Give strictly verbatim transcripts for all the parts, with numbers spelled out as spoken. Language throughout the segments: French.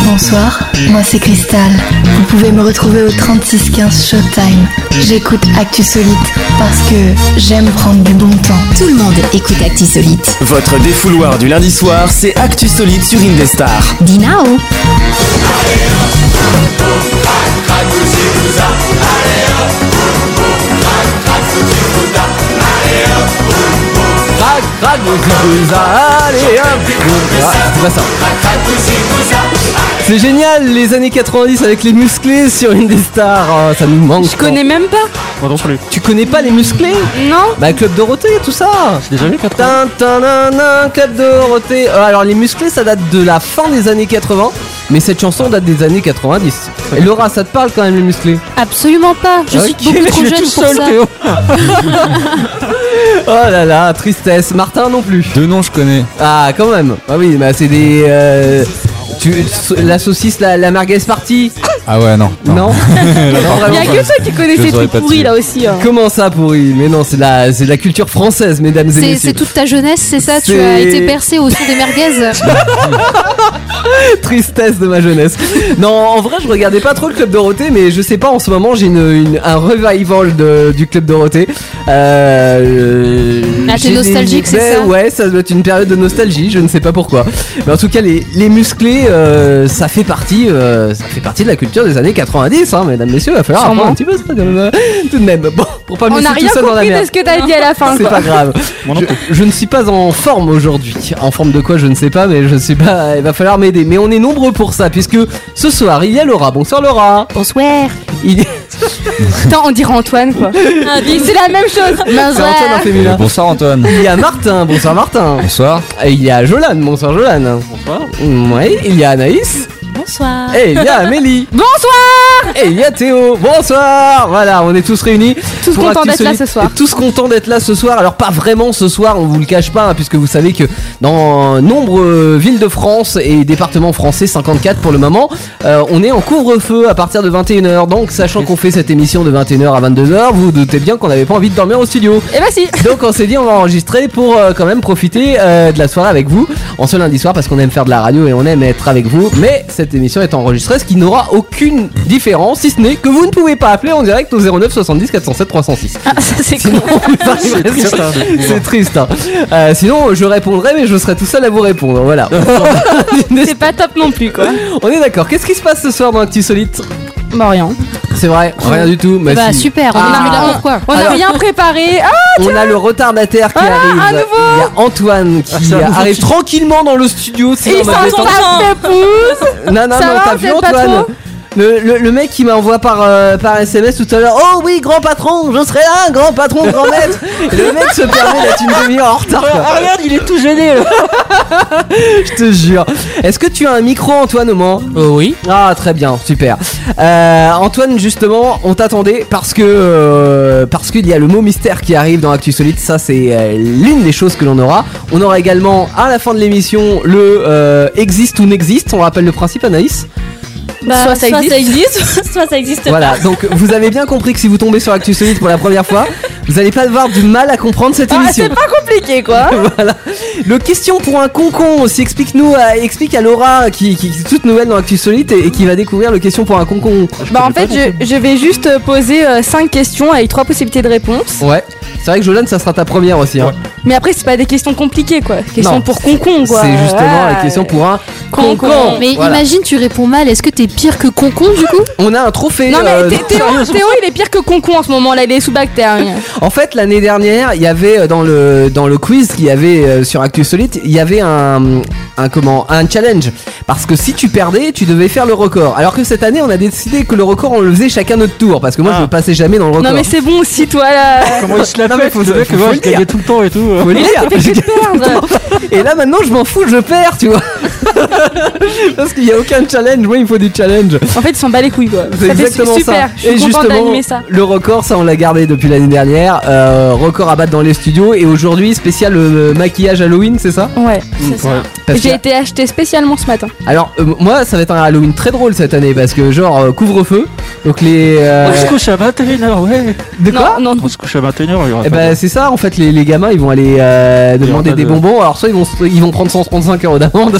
Bonsoir, moi c'est Cristal. Vous pouvez me retrouver au trente-six quinze Showtime. J'écoute Actu Solite parce que j'aime prendre du bon temps. Tout le monde écoute Actu Solite. Votre défouloir du lundi soir, c'est Actu Solite sur Indestar. Dinao. C'est pas ça. C'est génial, les années quatre-vingt-dix avec les musclés sur Indestar, oh, ça nous manque. Je connais même pas. Moi non plus. Tu connais pas les musclés? Non. Bah Club Dorothée, tout ça. C'est déjà vu quatre-vingts. Tintin, Club Dorothée. Euh, alors les musclés, ça date de la fin des années quatre-vingts, mais cette chanson date des années quatre-vingt-dix. Et Laura, ça te parle quand même les musclés? Absolument pas. Je okay. suis beaucoup trop jeune pour seul, ça. Théo. Oh là là, tristesse. Martin non plus. Deux noms je connais. Ah quand même. Ah oui, bah c'est des. Euh, tu, la saucisse, la, la merguez partie. Ah ouais non. Non. Non, il y a que toi qui connais ces trucs pourris là aussi. Hein. Comment ça pourri? Mais non, c'est de la, c'est de la culture française, mesdames et messieurs. C'est toute ta jeunesse, c'est ça? C'est... Tu as été percé au son des merguez. Tristesse de ma jeunesse. Non, en vrai, je regardais pas trop le Club Dorothée, mais je sais pas, en ce moment, j'ai une, une, un revival de, du Club Dorothée. Euh, ah, t'es nostalgique, des... c'est ça? Ouais, ça doit être une période de nostalgie, je ne sais pas pourquoi. Mais en tout cas, les, les musclés, euh, ça fait partie, euh, ça fait partie de la culture des années quatre-vingt-dix, hein, mesdames, messieurs. Il va falloir apprendre un petit peu ça, quand même. Tout de même. Bon, pour pas me laisser tout seul dans la merde. On n'a rien compris de ce que t'as dit à la fin. C'est pas grave. Je, je ne suis pas en forme aujourd'hui. En forme de quoi, je ne sais pas, mais je suis pas. Il va falloir m'aider. Mais on est nombreux pour ça, puisque ce soir, il y a Laura. Bonsoir, Laura. Bonsoir. Il... Attends, on dirait Antoine, quoi. Ah, c'est la même chose. C'est Antoine en féminin. Bonsoir, Antoine. Il y a Martin. Bonsoir, Martin. Bonsoir. Et il y a Jolan. Bonsoir, Jolan. Bonsoir. Oui, il y a Anaïs. Bonsoir. Et il y a Amélie. Bonsoir. Et il y a Théo. Bonsoir. Voilà, on est tous réunis. Tous contents d'être là ce soir. Tous contents d'être là ce soir. Alors pas vraiment ce soir, on vous le cache pas, hein, puisque vous savez que dans nombreuses villes de France et départements français, cinquante-quatre pour le moment, euh, on est en couvre-feu à partir de vingt et une heures. Donc sachant qu'on fait cette émission de vingt et une heures à vingt-deux heures, vous vous doutez bien qu'on n'avait pas envie de dormir au studio. Et bah si. Donc on s'est dit on va enregistrer pour euh, quand même profiter euh, de la soirée avec vous en ce lundi soir, parce qu'on aime faire de la radio et on aime être avec vous. Mais cette émission est enregistrée, ce qui n'aura aucune différence, si ce n'est que vous ne pouvez pas appeler en direct au zéro neuf soixante-dix quatre cent sept trois cent six. Ah, ça c'est sinon, c'est triste, hein, c'est triste hein. Euh, sinon je répondrai, mais je serai tout seul à vous répondre. Voilà. C'est pas top non plus, quoi. On est d'accord. Qu'est-ce qui se passe ce soir dans Actu Solite? Bah rien. C'est vrai, rien du tout. Mais bah si. super, on ah, a, quoi on a rien préparé. Ah, on a le retardataire qui ah, arrive. À nouveau. Il y a Antoine qui ah, arrive qui... tranquillement dans le studio. Et il s'en pouce. Non, non, non, t'as vu Antoine? Le, le, le mec qui m'envoie par, euh, par S M S tout à l'heure. Oh oui, grand patron, je serai là, grand patron, grand maître. Et le mec se permet d'être une demi-heure en retard. Ah, regarde, il est tout gêné là. Je te jure. Est-ce que tu as un micro, Antoine, au moins? euh, Oui. Ah, très bien, super. euh, Antoine, justement, on t'attendait parce que euh, parce qu'il y a le mot mystère qui arrive dans Actu Solite. Ça, c'est euh, l'une des choses que l'on aura. On aura également, à la fin de l'émission, le euh, existe ou n'existe. On rappelle le principe, Anaïs? Bah, soit ça soit existe, ça existe soit ça existe voilà, pas. Donc vous avez bien compris que si vous tombez sur Actu Solite pour la première fois, vous allez pas avoir du mal à comprendre cette ah, émission. C'est pas compliqué, quoi. Voilà. Le question pour un concon aussi, explique-nous, euh, explique à Laura qui, qui, qui est toute nouvelle dans Actu Solite et, et qui va découvrir le question pour un concon. Bah en fait, je, je vais juste poser euh, cinq questions avec trois possibilités de réponse. Ouais. C'est vrai que Jolan, ça sera ta première aussi. Hein. Ouais. Mais après, c'est pas des questions compliquées, quoi. Questions non, pour concon, quoi. C'est justement ouais. la question pour un concon. concon. Mais voilà. Imagine, tu réponds mal. Est-ce que t'es pire que concon du coup? On a un trophée. Non mais euh, Théo, Théo, il est pire que concon en ce moment. Là, il est sous bactère. En fait, l'année dernière, il y avait dans le dans le quiz qu'il y avait euh, sur Actu Solite, il y avait un un comment un challenge. Parce que si tu perdais, tu devais faire le record. Alors que cette année, on a décidé que le record, on le faisait chacun notre tour. Parce que moi, ah. je ne passais jamais dans le record. Non mais c'est bon aussi, toi là. Comment il se la fait? Faut que moi, je gagnais tout le temps et tout. Faut le dire. Et là, maintenant, je m'en fous, je perds, tu vois. Parce qu'il n'y a aucun challenge. Moi, il me faut du challenge. En fait, ils s'en bat les couilles, quoi. C'est ça exactement fait super. ça. Je suis et contente justement, d'animer ça. Le record, ça, on l'a gardé depuis l'année dernière. Euh, record à battre dans les studios. Et aujourd'hui, spécial euh, maquillage Halloween, c'est ça? Ouais, c'est mmh, ça. Ouais. J'ai été acheté spécialement ce matin. Alors, euh, moi, ça va être un Halloween très drôle cette année. Parce que, genre, euh, couvre-feu. Donc, les. Euh... On se couche à vingt et une heures, ouais. De quoi? Non, non, non. On se couche à vingt et une heures. Eh bah, c'est ça, en fait, les, les gamins, ils vont aller aller euh, demander des bonbons. Alors soit ils vont ils vont prendre cent trente-cinq euros d'amende,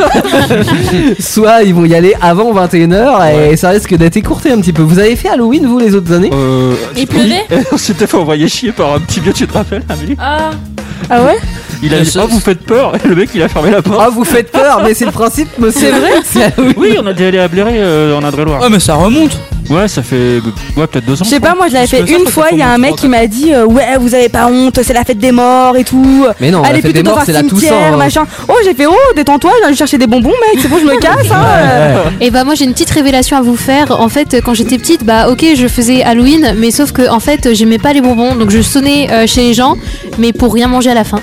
soit ils vont y aller avant vingt et une heures ouais. et ça risque d'être écourté un petit peu. Vous avez fait Halloween vous les autres années? Euh. Il pleuvait. On s'était fait envoyer chier par un petit vieux, tu te rappelles, Amélie? Ah. Ah ouais? Il a dit ah vous faites peur et le mec il a fermé la porte. Ah vous faites peur mais c'est le principe monsieur. C'est vrai? Oui on a déjà allé à Bléré euh, en Indre-et-Loire. Ouais mais ça remonte. Ouais ça fait ouais peut-être deux ans. Je sais pas moi je l'avais fait une fois, il y a un mec qui m'a dit euh, ouais vous avez pas honte, c'est la fête des morts et tout. Mais non, allez la fête des morts c'est la Toussaint. Machin. Oh j'ai fait oh détends-toi, j'ai envie de chercher des bonbons mec, c'est bon je me casse hein. Ouais, ouais. Et bah moi j'ai une petite révélation à vous faire. En fait quand j'étais petite bah ok je faisais Halloween mais sauf que en fait j'aimais pas les bonbons donc je sonnais euh, chez les gens mais pour rien manger à la fin.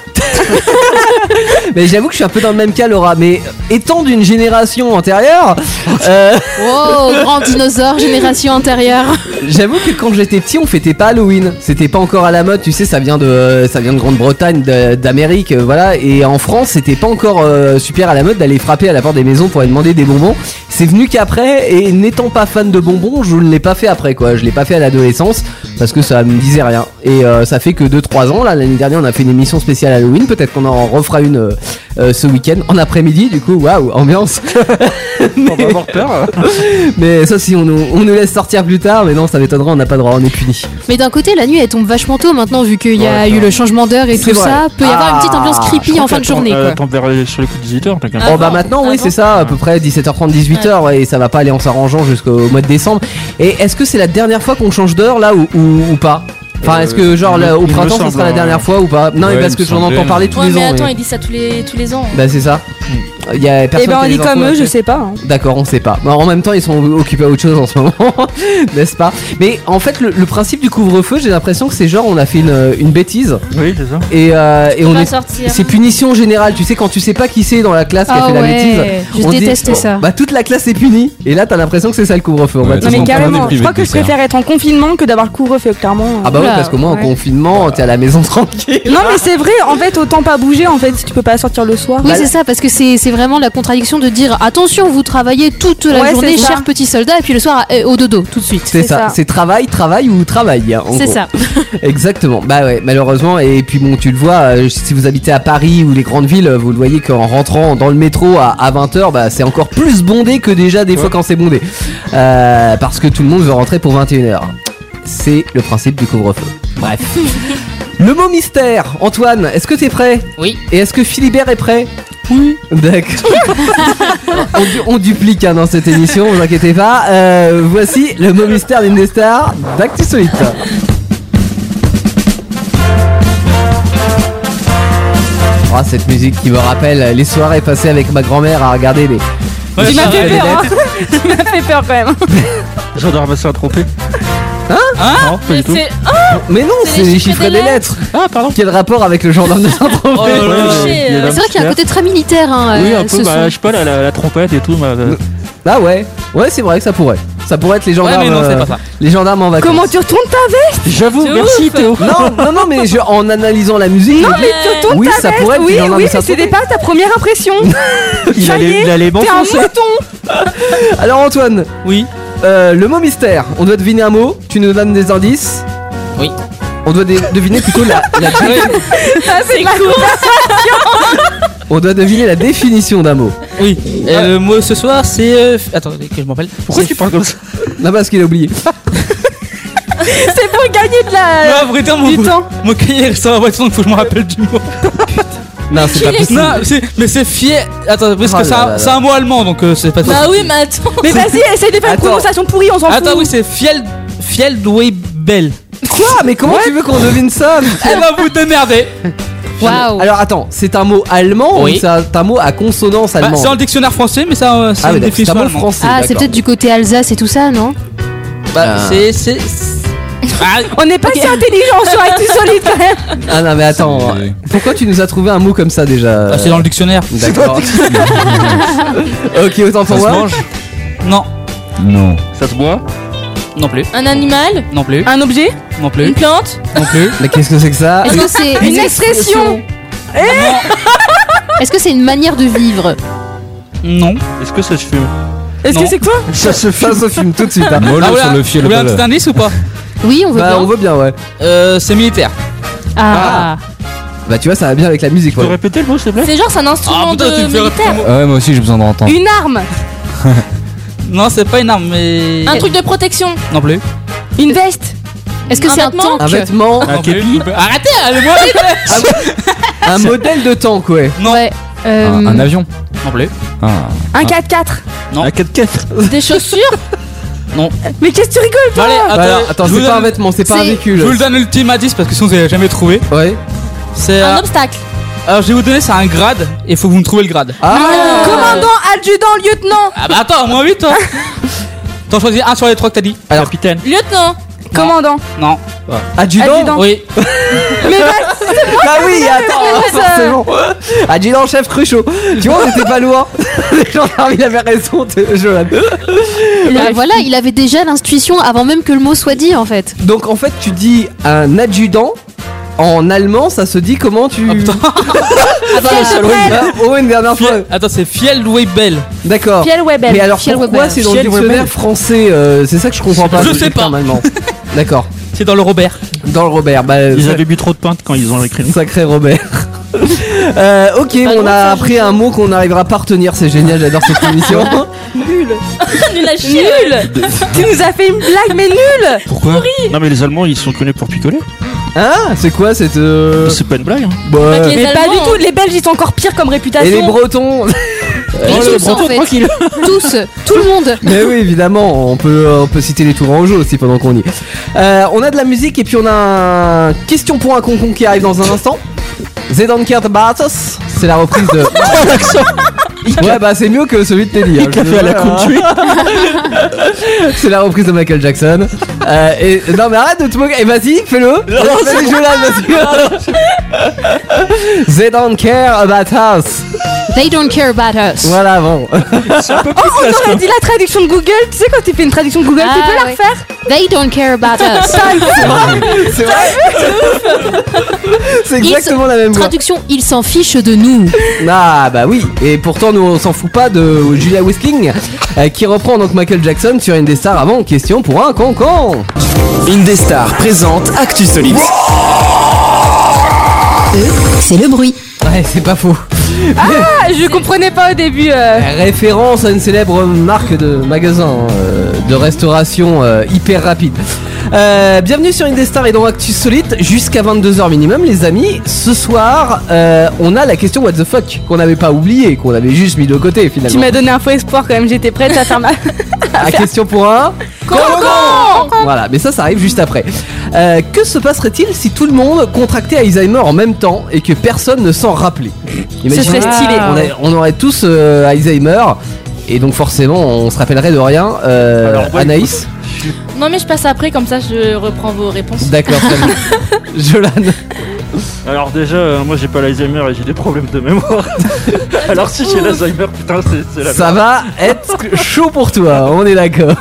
Mais j'avoue que je suis un peu dans le même cas Laura, mais étant d'une génération antérieure euh... Oh grand dinosaure génération antérieure. J'avoue que quand j'étais petit on fêtait pas Halloween, c'était pas encore à la mode, tu sais ça vient de ça vient de Grande-Bretagne, de, d'Amérique, euh, voilà, et en France c'était pas encore euh, super à la mode d'aller frapper à la porte des maisons pour aller demander des bonbons. C'est venu qu'après et n'étant pas fan de bonbons je ne l'ai pas fait après quoi, je l'ai pas fait à l'adolescence parce que ça me disait rien et euh, ça fait que deux trois ans là, l'année dernière on a fait une émission spéciale Halloween, peut-être qu'on en refera une euh, euh, ce week-end en après-midi du coup waouh ambiance. mais... On va avoir peur. Mais ça si on nous, on nous laisse sortir plus tard, mais non ça m'étonnerait, on n'a pas le droit, on est puni. Mais d'un côté la nuit elle tombe vachement tôt maintenant vu qu'il y a ouais, eu le changement d'heure et c'est tout vrai. ça, peut y ah, avoir une petite ambiance creepy en fin de journée quoi. Attends vers sur les coups de dix-huit heures t'as qu'à. Oh bah maintenant oui c'est ça à peu près dix-sept heures trente dix-huit heures ouais. Ouais, et ça va pas aller en s'arrangeant jusqu'au mois de décembre. Et est-ce que c'est la dernière fois qu'on change d'heure là ou, ou, ou pas? Enfin, est-ce que genre là, au printemps ça sera la dernière fois ou pas? Non, ouais, mais parce que j'en entends parler tous ouais, les mais ans. Mais attends, mais... ils disent ça tous les, tous les ans. Bah, c'est ça. Il y a personne. Et ben, on dit comme eux, je sais pas. Hein. D'accord, on sait pas. Bah, en même temps, ils sont occupés à autre chose en ce moment, n'est-ce pas? Mais en fait, le, le principe du couvre-feu, j'ai l'impression que c'est genre on a fait une, une bêtise. Oui, c'est ça. Et, euh, et on est. Sortir. C'est punition générale. Tu sais, quand tu sais pas qui c'est dans la classe qui a oh fait ouais, la bêtise. Je détestais dit, ça. Bah, toute la classe est punie. Et là, t'as l'impression que c'est ça le couvre-feu. Ouais, non, mais carrément. Je crois que je préfère être en confinement que d'avoir le couvre-feu, clairement. Ah, bah, Oula, oui, parce qu'au moins en ouais. confinement, t'es à la maison tranquille. Non, mais c'est vrai, en fait, autant pas bouger en fait si tu peux pas sortir le soir. Oui, Bah, c'est ça, parce que c'est, c'est vraiment la contradiction de dire attention, vous travaillez toute la Ouais, journée, c'est ça. cher petit soldat, et puis le soir euh, au dodo, tout de suite. C'est C'est ça, ça. c'est travail, travail ou travail. En C'est gros. ça. Exactement. Bah ouais, malheureusement. Et puis bon, tu le vois, euh, si vous habitez à Paris ou les grandes villes, vous le voyez qu'en rentrant dans le métro à, à vingt heures, bah c'est encore plus bondé que déjà des Ouais. fois quand c'est bondé. Euh, parce que tout le monde veut rentrer pour vingt et une heures. C'est le principe du couvre-feu. Bref. Le mot mystère. Antoine, est-ce que t'es prêt? Oui. Et est-ce que Philibert est prêt? Oui. D'accord. on, du- on duplique hein, dans cette émission, vous inquiétez pas. Euh, voici le mot mystère d'une des stars d'Actu Solite. Oh, cette musique qui me rappelle les soirées passées avec ma grand-mère à regarder les. Ouais, Tu m'as ça fait va, peur, hein. Tu m'as fait peur quand même. J'en ai ramassé un trompé. Hein? Non, pas du tout. C'est Mais non, C'est c'est les les chiffres chiffres des des lettres. Ah, pardon. Quel rapport avec le gendarme de Saint-Tropez? Oh là là. touché, il y a euh, la C'est vrai qu'il y a un moustière. côté très militaire. Hein, Oui, euh, un peu, ce bah, son. je sais pas, la, la, la trompette et tout. Bah, euh, Ah ouais, ouais, c'est vrai que ça pourrait. Ça pourrait être les Ouais, gendarmes. mais non, c'est euh, pas ça. Les gendarmes en vacances. Comment tu retournes ta veste? J'avoue, C'est merci ouf. Théo. Non, non, non, mais je- en analysant la musique. Non, je mais dis- tu retournes Oui, ta ça veste. pourrait être Oui, les gendarmes oui, de mais c'était Saint-Tropez. pas ta première impression. Il Ça y allait, est, il allait T'es un m'enfoncer. mouton. Alors Antoine, Oui. euh, le mot mystère. On doit deviner un mot. Tu nous donnes des indices. Oui. On doit dé- deviner plutôt la. la dé- Ça, c'est cool. On doit deviner la définition d'un mot. Oui. Euh, le mot ce soir, c'est. euh, f- Attendez, que je m'appelle. Pourquoi tu parles comme ça? Non, parce qu'il a oublié. C'est pour gagner de la. Non, vrai dire, mon, du temps. mon cahier reste dans la voiture, donc faut que je me rappelle du mot. Non, c'est pas possible. Non, c'est- mais c'est fier. Attends, parce Oh que c'est là un, là c'est un mot allemand, donc euh, c'est pas Bah oui, mais attends. Mais vas-y, essaye de faire une Attends. prononciation pourrie, on s'en fout. Attends, oui, c'est Fiel. Fieldwebel. Quoi? Mais comment tu veux qu'on devine ça? Eh ben, vous démerdez. Waouh. Alors attends, c'est un mot allemand Oui. ou c'est un, un mot à consonance Bah, allemande? c'est dans le dictionnaire français, mais ça, euh, c'est Ah une oui, d'accord, c'est un définition mot allemande. français. Ah, c'est d'accord. peut-être du côté Alsace et tout ça, non? Bah, Ah. c'est. c'est- Ah, On n'est pas si intelligent sur Actu Solide quand même. Ah non mais attends, Oui. pourquoi tu nous as trouvé un mot comme ça déjà? ah, c'est dans le dictionnaire. D'accord. Ok, autant pour Ça se moi. mange? Non, Non. Ça se boit? non plus. Un animal, Non plus. un objet, Non une plus. plante, Non plus. Mais qu'est-ce que c'est que ça? Est-ce que c'est une expression. Est-ce que c'est une manière de vivre? Non. Est-ce que ça se fume? Est-ce Non. que c'est quoi? Ça se ça se fume tout de suite. hein. Mollo Ah, voilà. sur le fiel Vous voulez un belle. petit indice ou pas? Oui, on veut Bah bien. on veut bien ouais. Euh, c'est militaire. Ah. Bah tu vois, ça va bien avec la musique. Tu peux Ouais. répéter le mot, s'il te plaît? C'est genre, c'est un instrument Ah, putain, tu de me fais militaire. répéter. Ouais, moi aussi j'ai besoin de entendre. Une arme. Non, c'est pas une arme, mais. Un truc de protection. Non plus. Une veste. Est-ce que Un c'est un vêtement tank? Un vêtement, Non plus. Arrêtez, allez-moi un modèle de tank, ouais. Non. Ouais. euh, Un, un avion. Non plus. Ah. Un quatre quatre. Non. Un quatre quatre. Des chaussures. Non. Mais qu'est-ce que tu rigoles, toi? Allez, attends, Voilà, attends, je vous c'est pas un donne- vêtement, c'est pas un c'est- véhicule. Je vous le donne ultime indice parce que sinon vous n'avez jamais trouvé. Ouais. C'est. Un euh, obstacle. Alors je vais vous donner, c'est un grade et il faut que vous me trouviez le grade. Ah. Commandant, adjudant, lieutenant. Ah bah attends, moins huit toi. T'en choisis un sur les trois que t'as dit. Alors, Capitaine. Lieutenant. Commandant. Non. Adjudant. Adjudant. Oui. Mais vas-y, Bah oui, attends, ça. forcément. Adjudant chef Cruchot. Tu vois, on était pas loin. Les gendarmes, il avait raison, t'es- Johan. Bah voilà, il avait déjà l'intuition avant même que le mot soit dit en fait. Donc en fait, tu dis un adjudant. En allemand, ça se dit comment tu. Oh putain. Ah, oh, une dernière fois. Fiel- Attends, c'est Fjellweibel. D'accord. Fiel Webel. Mais alors Fiel pourquoi Weber. c'est dans le Fiel dictionnaire Weber. français euh, C'est ça que je comprends pas. Je ce sais terme pas. allemand. D'accord. C'est dans le Robert. Dans le Robert. Bah, Ils ça- avaient bu trop de pinte quand ils ont écrit le. Sacré Robert. Euh, ok, Pas on drôle, a ça, appris un mot qu'on n'arrivera pas à retenir. C'est génial, j'adore cette émission. Nul à chier. Nul. Tu nous as fait une blague, mais nul. Pourquoi? Non, mais les Allemands ils sont connus pour picoler. Hein C'est quoi cette. euh, C'est pas une blague. Hein. bah, Pas que les Et Mais pas Allemands, du tout. hein. Les Belges, ils sont encore pires comme réputation. les Bretons. Et Oh, le tous en breton, fait. tranquille. Tous, tout le monde. Mais oui, évidemment, on peut, on peut citer les Tourangeaux aussi pendant qu'on y est. Euh, on a de la musique et puis on a un question pour un concon qui arrive dans un instant. Zedankert Bartos, c'est la reprise de. Ouais, bah c'est mieux que celui de Teddy. hein, Il a je- fait à la voilà. country. C'est la reprise de Michael Jackson. Euh, et non, mais arrête de te moquer. Et vas-y, fais-le. Vas-y, Jolan, vas-y. They don't care about us. They don't care about us. Voilà, bon. C'est un peu plus classe On quoi. a dit la traduction de Google. Tu sais, quand tu fais une traduction de Google, tu Ah, peux la ouais. refaire. They don't care about us. C'est vrai. C'est exactement la même voix. Traduction, ils s'en fichent de nous. Ah bah oui, et pourtant nous on s'en fout pas de Julia Whistling euh, qui reprend donc Michael Jackson sur Indestar avant question pour un concon. Indestar présente Actu Solide. C'est le bruit. Ouais, c'est pas faux. Ah, je comprenais pas au début. euh. Référence à une célèbre marque de magasin euh, de restauration euh, hyper rapide. Euh, bienvenue sur Indestar et dans Actu Solide jusqu'à vingt-deux heures minimum les amis. Ce soir euh, on a la question what the fuck qu'on n'avait pas oublié, qu'on avait juste mis de côté Tu finalement. m'as donné un faux espoir quand même. J'étais prête à faire ma. La question pour un concon. Voilà, mais ça ça arrive juste après. Euh, que se passerait-il si tout le monde contractait Alzheimer en même temps et que personne ne s'en rappelait? Imaginez, serait stylé. On, a- on aurait tous euh, Alzheimer et donc forcément on se rappellerait de rien. Euh, Alors, moi, Anaïs, Non mais je passe après comme ça je reprends vos réponses. d'accord, très bien. Jolan, Alors déjà, euh, moi j'ai pas l'Alzheimer et j'ai des problèmes de mémoire. Alors si j'ai l'Alzheimer, putain, c'est c'est la ça va être chaud pour toi, on est d'accord.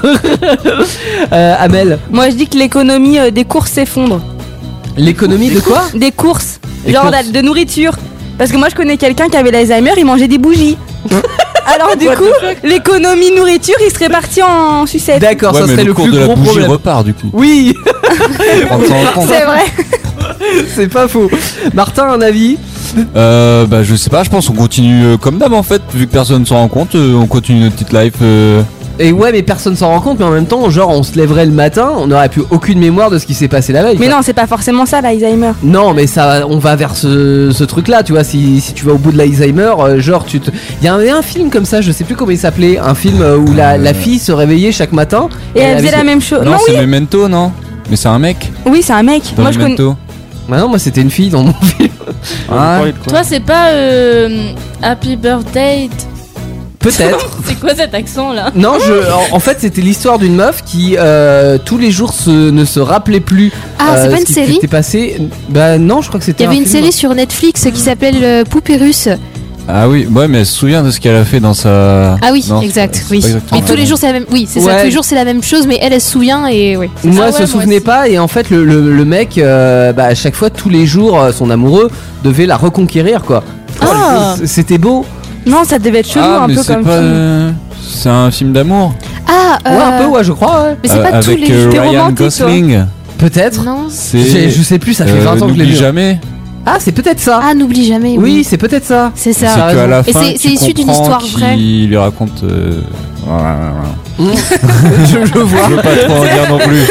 Euh, Amel, Moi, je dis que l'économie euh, des courses s'effondre. l'économie de quoi? Des courses. Des Genre courses. de, de nourriture. Parce que moi, je connais quelqu'un qui avait l'Alzheimer, il mangeait des bougies. Alors du coup, l'économie nourriture, il serait parti en sucette. D'accord, Ouais, ça mais serait le le cours plus de la gros bougie problème. repart du coup. Oui, Prendre ça en compte. C'est vrai. c'est pas faux. Martin, un avis? Euh, bah je sais pas, je pense qu'on continue euh, comme d'hab en fait, vu que personne s'en rend compte, euh, on continue notre petite life. euh. Et ouais, mais personne s'en rend compte, mais en même temps, genre, on se lèverait le matin, on n'aurait plus aucune mémoire de ce qui s'est passé la veille. Mais quoi. non, c'est pas forcément ça l'Alzheimer. Non, mais ça, on va vers ce, ce truc-là, tu vois. Si, si tu vas au bout de l'Alzheimer, euh, genre, tu te. Il y a un, il y a un film comme ça, je sais plus comment il s'appelait, un film euh, où la, la fille se réveillait chaque matin. Et elle avait faisait ce- la même chose. Non, Non, c'est oui. Memento, non? Mais c'est un mec Oui, c'est un mec. dans Moi, je connais. Memento. Bah non, moi c'était une fille dans mon film. Ah, Toi c'est pas euh, Happy Birthday. Peut-être. C'est quoi cet accent là? Non, je, en, en fait, c'était l'histoire d'une meuf qui euh, tous les jours se, ne se rappelait plus. Ah, c'est euh, pas ce une qui série? s'était passé. Bah non, je crois que c'était. Il y avait un une film. série sur Netflix qui s'appelle euh, Poupée russe. ah oui, ouais, mais elle se souvient de ce qu'elle a fait dans sa. Ah oui, Non, exact, c'est- c'est oui. pas exactement Mais tous la les même. jours c'est la même. Oui, c'est ça. Ouais. Tous les jours c'est la même chose, mais elle, elle se souvient et oui. Moi, Ah elle se ouais, moi souvenait aussi. pas, et en fait, le, le, le mec, euh, bah, à chaque fois, tous les jours, euh, son amoureux devait la reconquérir, quoi. Ah. C- C'était beau. Non, ça devait être chelou Ah, un mais peu c'est comme pas. film. euh, C'est un film d'amour. Ah, euh, Ouais, un peu, ouais, je crois, ouais. Mais c'est Euh, pas tous avec les euh, jours. T'es Ryan romantique, toi. Gosling. Peut-être. Non. C'est. J'ai- Je sais plus, ça fait euh, vingt ans que je l'ai N'oublie vu. jamais. Ah, c'est peut-être ça. Ah, n'oublie jamais. Oui, Oui, c'est peut-être ça. c'est C'est ça. qu'à la Et fin, c'est- tu c'est issu d'une comprends histoire vraie. qu'il lui raconte. euh, je, je vois. Je veux pas trop en dire non plus.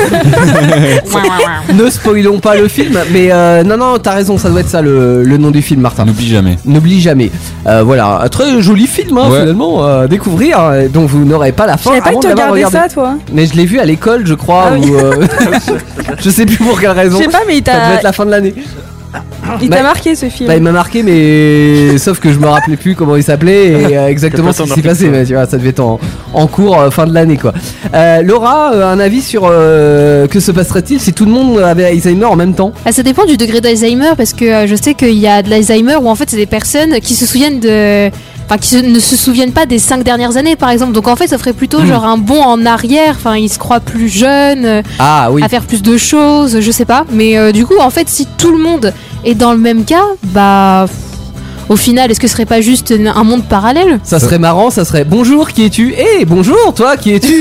Ne spoilons pas le film, mais euh, non, non, t'as raison, ça doit être ça le, le nom du film, Martin. N'oublie jamais. N'oublie jamais. Euh, voilà, un très joli film, hein, Ouais. finalement, à découvrir, euh, dont vous n'aurez pas la Je fin savais pas avant que tu de l'avoir regardais regardé. ça, toi. Mais je l'ai vu à l'école, je crois, Ah oui. ou euh, je sais plus pour quelle Je raison. sais pas, mais il Ça devait t'a être la fin de l'année. il Bah, t'a marqué ce film. Bah, il m'a marqué, mais sauf que je me rappelais plus comment il s'appelait et euh, exactement ce T'as pas qui tant s'est marqué passé. que ça. Mais tu vois, ça devait être en, en cours euh, fin de l'année, quoi. Euh, Laura, euh, un avis sur euh, que se passerait-il si tout le monde avait Alzheimer en même temps? Ah, ça dépend du degré d'Alzheimer parce que euh, je sais qu'il y a de l'Alzheimer où en fait c'est des personnes qui se souviennent de. Enfin, qui se- ne se souviennent pas des cinq dernières années par exemple. Donc en fait, ça ferait plutôt genre un bond en arrière. Enfin, ils se croient plus jeunes, euh, Ah oui. à faire plus de choses, je sais pas. Mais euh, du coup, en fait, si tout le monde est dans le même cas, bah. pff, Au final, est-ce que ce serait pas juste un un monde parallèle? Ça serait marrant, ça serait bonjour, qui es-tu? Eh, bonjour, toi, qui es-tu?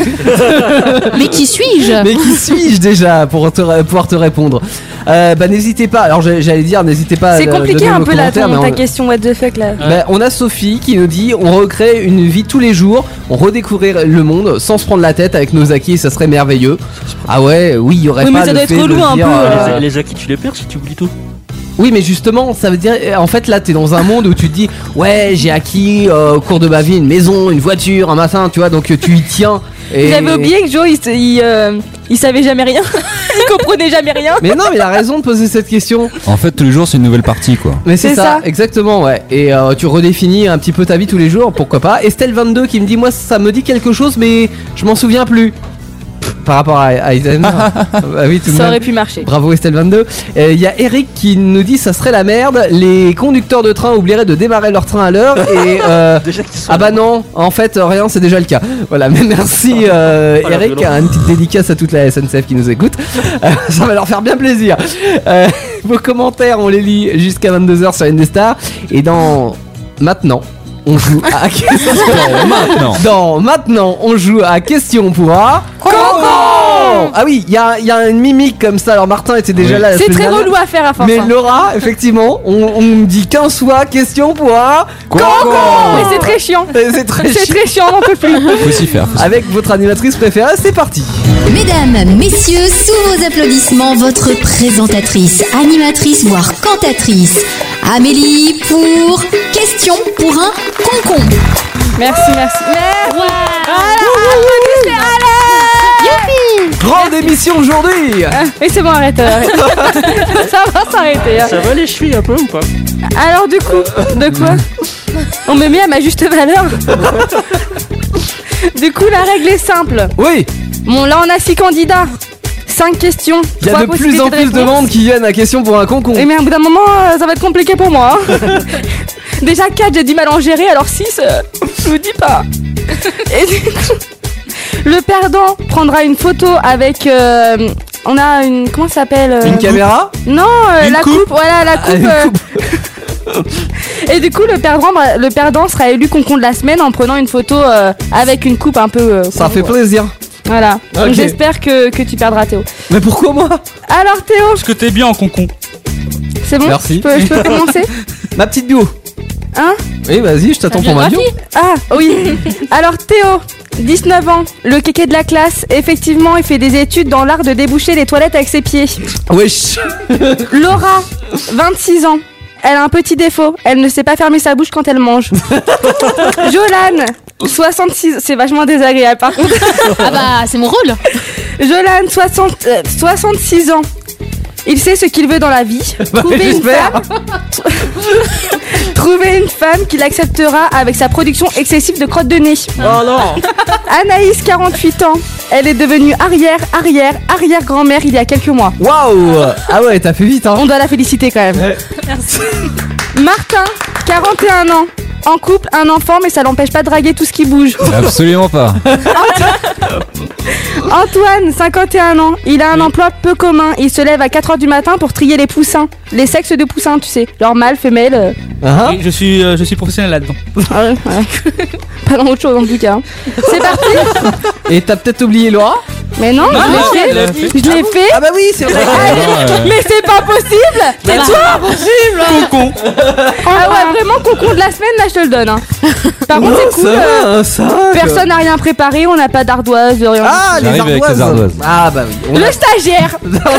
Mais qui suis-je? Mais qui suis-je déjà pour te, ré- pouvoir te répondre? Euh, bah n'hésitez pas, alors j'ai- j'allais dire n'hésitez pas à C'est euh, compliqué donner un vos peu là, commentaires, ton, mais ta on- question what the fuck là. Bah, on a Sophie qui nous dit on recrée une vie tous les jours, on redécouvrir le monde sans se prendre la tête avec nos acquis et ça serait merveilleux. Ah ouais, oui, il y aurait Oui, mais pas ça le doit être fait de relou un dire, peu, euh, Les, les acquis, tu les perds si tu oublies tout. Oui, mais justement, ça veut dire en fait là t'es dans un monde où tu te dis ouais j'ai acquis euh, au cours de ma vie une maison, une voiture, un machin, tu vois, donc tu y tiens. Et... J'avais oublié que Joe il, se- il, euh, il savait jamais rien. Il comprenait jamais rien. Mais non, mais il a raison de poser cette question. En fait, tous les jours, c'est une nouvelle partie, quoi. Mais c'est C'est ça, ça. exactement, ouais. Et euh, tu redéfinis un petit peu ta vie tous les jours, pourquoi pas. Estelle vingt-deux qui me dit moi ça me dit quelque chose, mais je m'en souviens plus. Par rapport à, à Alzheimer. Ah oui, tout de Ça même. aurait pu marcher. Bravo Estelle vingt-deux. Il y a Eric qui nous dit ça serait la merde. Les conducteurs de train oublieraient de démarrer leur train à l'heure et euh, Déjà qu'ils sont. ah bah non, en fait rien, c'est déjà le cas. Voilà, mais merci euh, Oh, la Eric, violence. une petite dédicace à toute la S N C F qui nous écoute. Euh, ça va leur faire bien plaisir. Euh, vos commentaires, on les lit jusqu'à vingt-deux heures sur Indestar et dans maintenant. On joue à Maintenant. Dans maintenant, on joue à question pour un Concours. Ah oui, il y a, il y a une mimique comme ça. Alors Martin était déjà Oui. là. la C'est semaine très dernière. relou à faire à force. Mais hein. Laura, effectivement, on, on me dit quinze fois question pour un Concours. Mais c'est très chiant. Et C'est très C'est chiant. très chiant, on n'en peut plus. Faut s'y faire. faut s'y Avec votre animatrice préférée, c'est parti. Mesdames, messieurs, sous vos applaudissements, votre présentatrice, animatrice, voire cantatrice, Amélie pour Question pour un concombre. Merci, merci. Merci. Grande émission aujourd'hui. Ah, oui, c'est bon, arrête. arrête. Ça va s'arrêter. hein. Ça va les chevilles un peu ou pas? Alors, du coup, de quoi on me met à ma juste valeur. Du coup, la règle est simple. Oui, Bon, là, on a six candidats. cinq questions. il y a trois de plus possibilités en plus de réponse. monde qui viennent à question pour un concours. Et mais à bout d'un moment, euh, ça va être compliqué pour moi. hein. Déjà quatre, j'ai du mal à en gérer, alors six, euh, je vous dis pas. Et du coup, le perdant prendra une photo avec... euh, on a une... Comment ça s'appelle euh, Une caméra. Non, euh, Une la coupe. coupe. Voilà, la Ah, coupe. une euh, coupe. Et du coup, le perdant, bah, le perdant sera élu concon de la semaine en prenant une photo euh, avec une coupe un peu... euh, Ça con- fait plaisir. Voilà. Donc Ok. j'espère que, que tu perdras Théo. Mais pourquoi moi? Alors Théo, Parce que t'es bien en concon. c'est bon? Merci. Je peux, je peux commencer? Ma petite bio. Hein? Oui, vas-y, je t'attends pour ma bio. Ah oui. Alors Théo, dix-neuf ans, le kéké de la classe. Effectivement, il fait des études dans l'art de déboucher les toilettes avec ses pieds. Wesh. Laura, vingt-six ans. Elle a un petit défaut, elle ne sait pas fermer sa bouche quand elle mange. Jolan, soixante-six, c'est vachement désagréable par contre. Ah bah, c'est mon rôle. Jolan, soixante, euh, soixante-six ans. Il sait ce qu'il veut dans la vie. Bah, Trouver une j'espère. femme, trouver une femme qui l'acceptera avec sa production excessive de crottes de nez. Oh non. Anaïs, quarante-huit ans. Elle est devenue arrière, arrière, arrière grand-mère il y a quelques mois. Waouh. Ah ouais, t'as fait vite, hein. On doit la féliciter quand même. Martin, quarante et un ans. En couple, un enfant, mais ça l'empêche pas de draguer tout ce qui bouge. Absolument pas. Antoine, cinquante et un ans. Il a un emploi peu commun. Il se lève à quatre heures du matin pour trier les poussins. Les sexes de poussins, tu sais. Genre mâle, femelle. euh. Hein? Oui, je suis, euh, je suis professionnel là-dedans. Ah ouais, ouais. Pas dans autre chose en tout cas. hein. C'est parti. Et t'as peut-être oublié Laura? Mais non, Non, je non, l'ai elle l'a fait. fait. Je l'ai fait. Ah bah oui, c'est vrai. Mais c'est pas possible. Tais-toi. Concon. Ah ouais, vraiment concon de la semaine, là je te le donne. hein. Par contre, c'est cool. ça euh, va, ça va, Personne n'a rien préparé, on n'a pas d'ardoise, rien. Ah, les J'arrive avec ardoises. les ardoises. Ah bah oui. On Le a- stagiaire.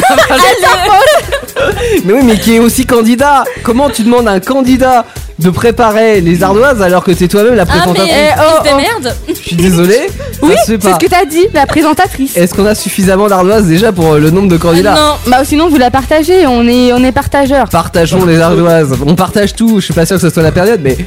Mais oui, mais qui est aussi candidat. Comment tu demandes à un candidat de préparer les ardoises alors que t'es toi-même la Ah, présentatrice? mais Eh, oh, tu te oh. démerdes. Je suis désolé. Oui, ça se fait c'est pas. ce que t'as dit, la présentatrice. Est-ce qu'on a suffisamment d'ardoises déjà pour euh, le nombre de candidats? Non. Bah sinon vous la partagez, on est, on est partageurs. Partageons les ardoises. On partage tout. Je suis pas sûr que ce soit la période, mais.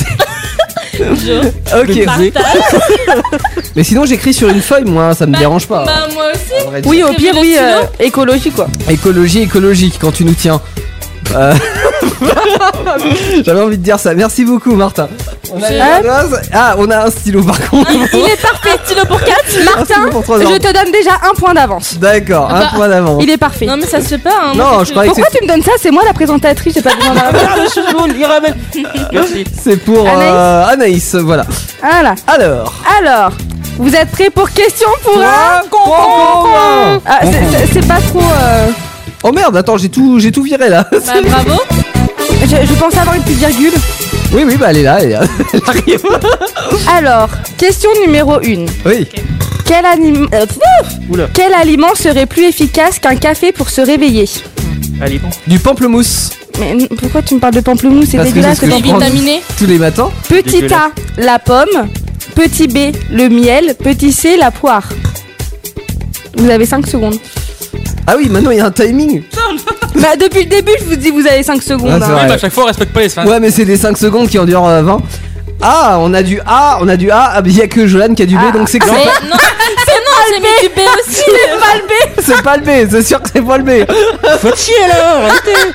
Ok. Mais sinon, j'écris sur une feuille, moi, ça me Bah, dérange pas. Bah, moi aussi. En vrai dire. Oui, au J'ai pire, pris oui, le euh, stylo. écologie quoi. Écologie écologique quand tu nous tiens. Euh, J'avais envie de dire ça. Merci beaucoup, Martin. On a Je- les ardoises. Ah, on a un stylo par contre. Il est parfait, stylo pour quatre. Martin, stylo pour trois je ans. te donne déjà un point d'avance. D'accord, un Bah, point d'avance. Il est parfait. Non, mais ça se fait pas. Hein. Non, Moi, je croyais que Pourquoi tu me donnes ça? C'est moi la présentatrice, j'ai pas besoin d'un. Merci. c'est pour Anaïs euh, Anaïs. Voilà. Voilà. Alors. Alors, vous êtes prêts pour question pour un concombre. Ah, c'est- c'est- c'est pas trop. euh, Oh merde, attends, j'ai tout, j'ai tout viré là. Bah, bravo. Je, je pensais avoir une petite virgule. Oui, oui, bah elle est là, elle, est là. Elle arrive. Alors, question numéro une. Oui. Quel, anim- euh, Oula. quel aliment serait plus efficace qu'un café pour se réveiller? Allez, bon. Du pamplemousse. Mais n- pourquoi tu me parles de pamplemousse? C'est Parce que dégueulasse. c'est ce que cette je prends vitaminé. tous les matins. Petit Dégueulasse. A, la pomme. Petit B, le miel. Petit C, la poire. Vous avez cinq secondes. Ah oui, maintenant il y a un timing. Bah, depuis le début, je vous dis, vous avez cinq secondes. Ah, c'est hein. vrai. Oui, bah, à chaque fois, on respecte pas les fans. Ouais, mais c'est des cinq secondes qui en durent euh, vingt. Ah, on a du A, on a du A. Ah, mais il y a que Jolan qui a du B, Ah, donc c'est que Mais c'est pas, non, c'est non, j'ai mis du B aussi. C'est pas le B. c'est pas le B, c'est sûr que c'est pas le B. Faut chier là.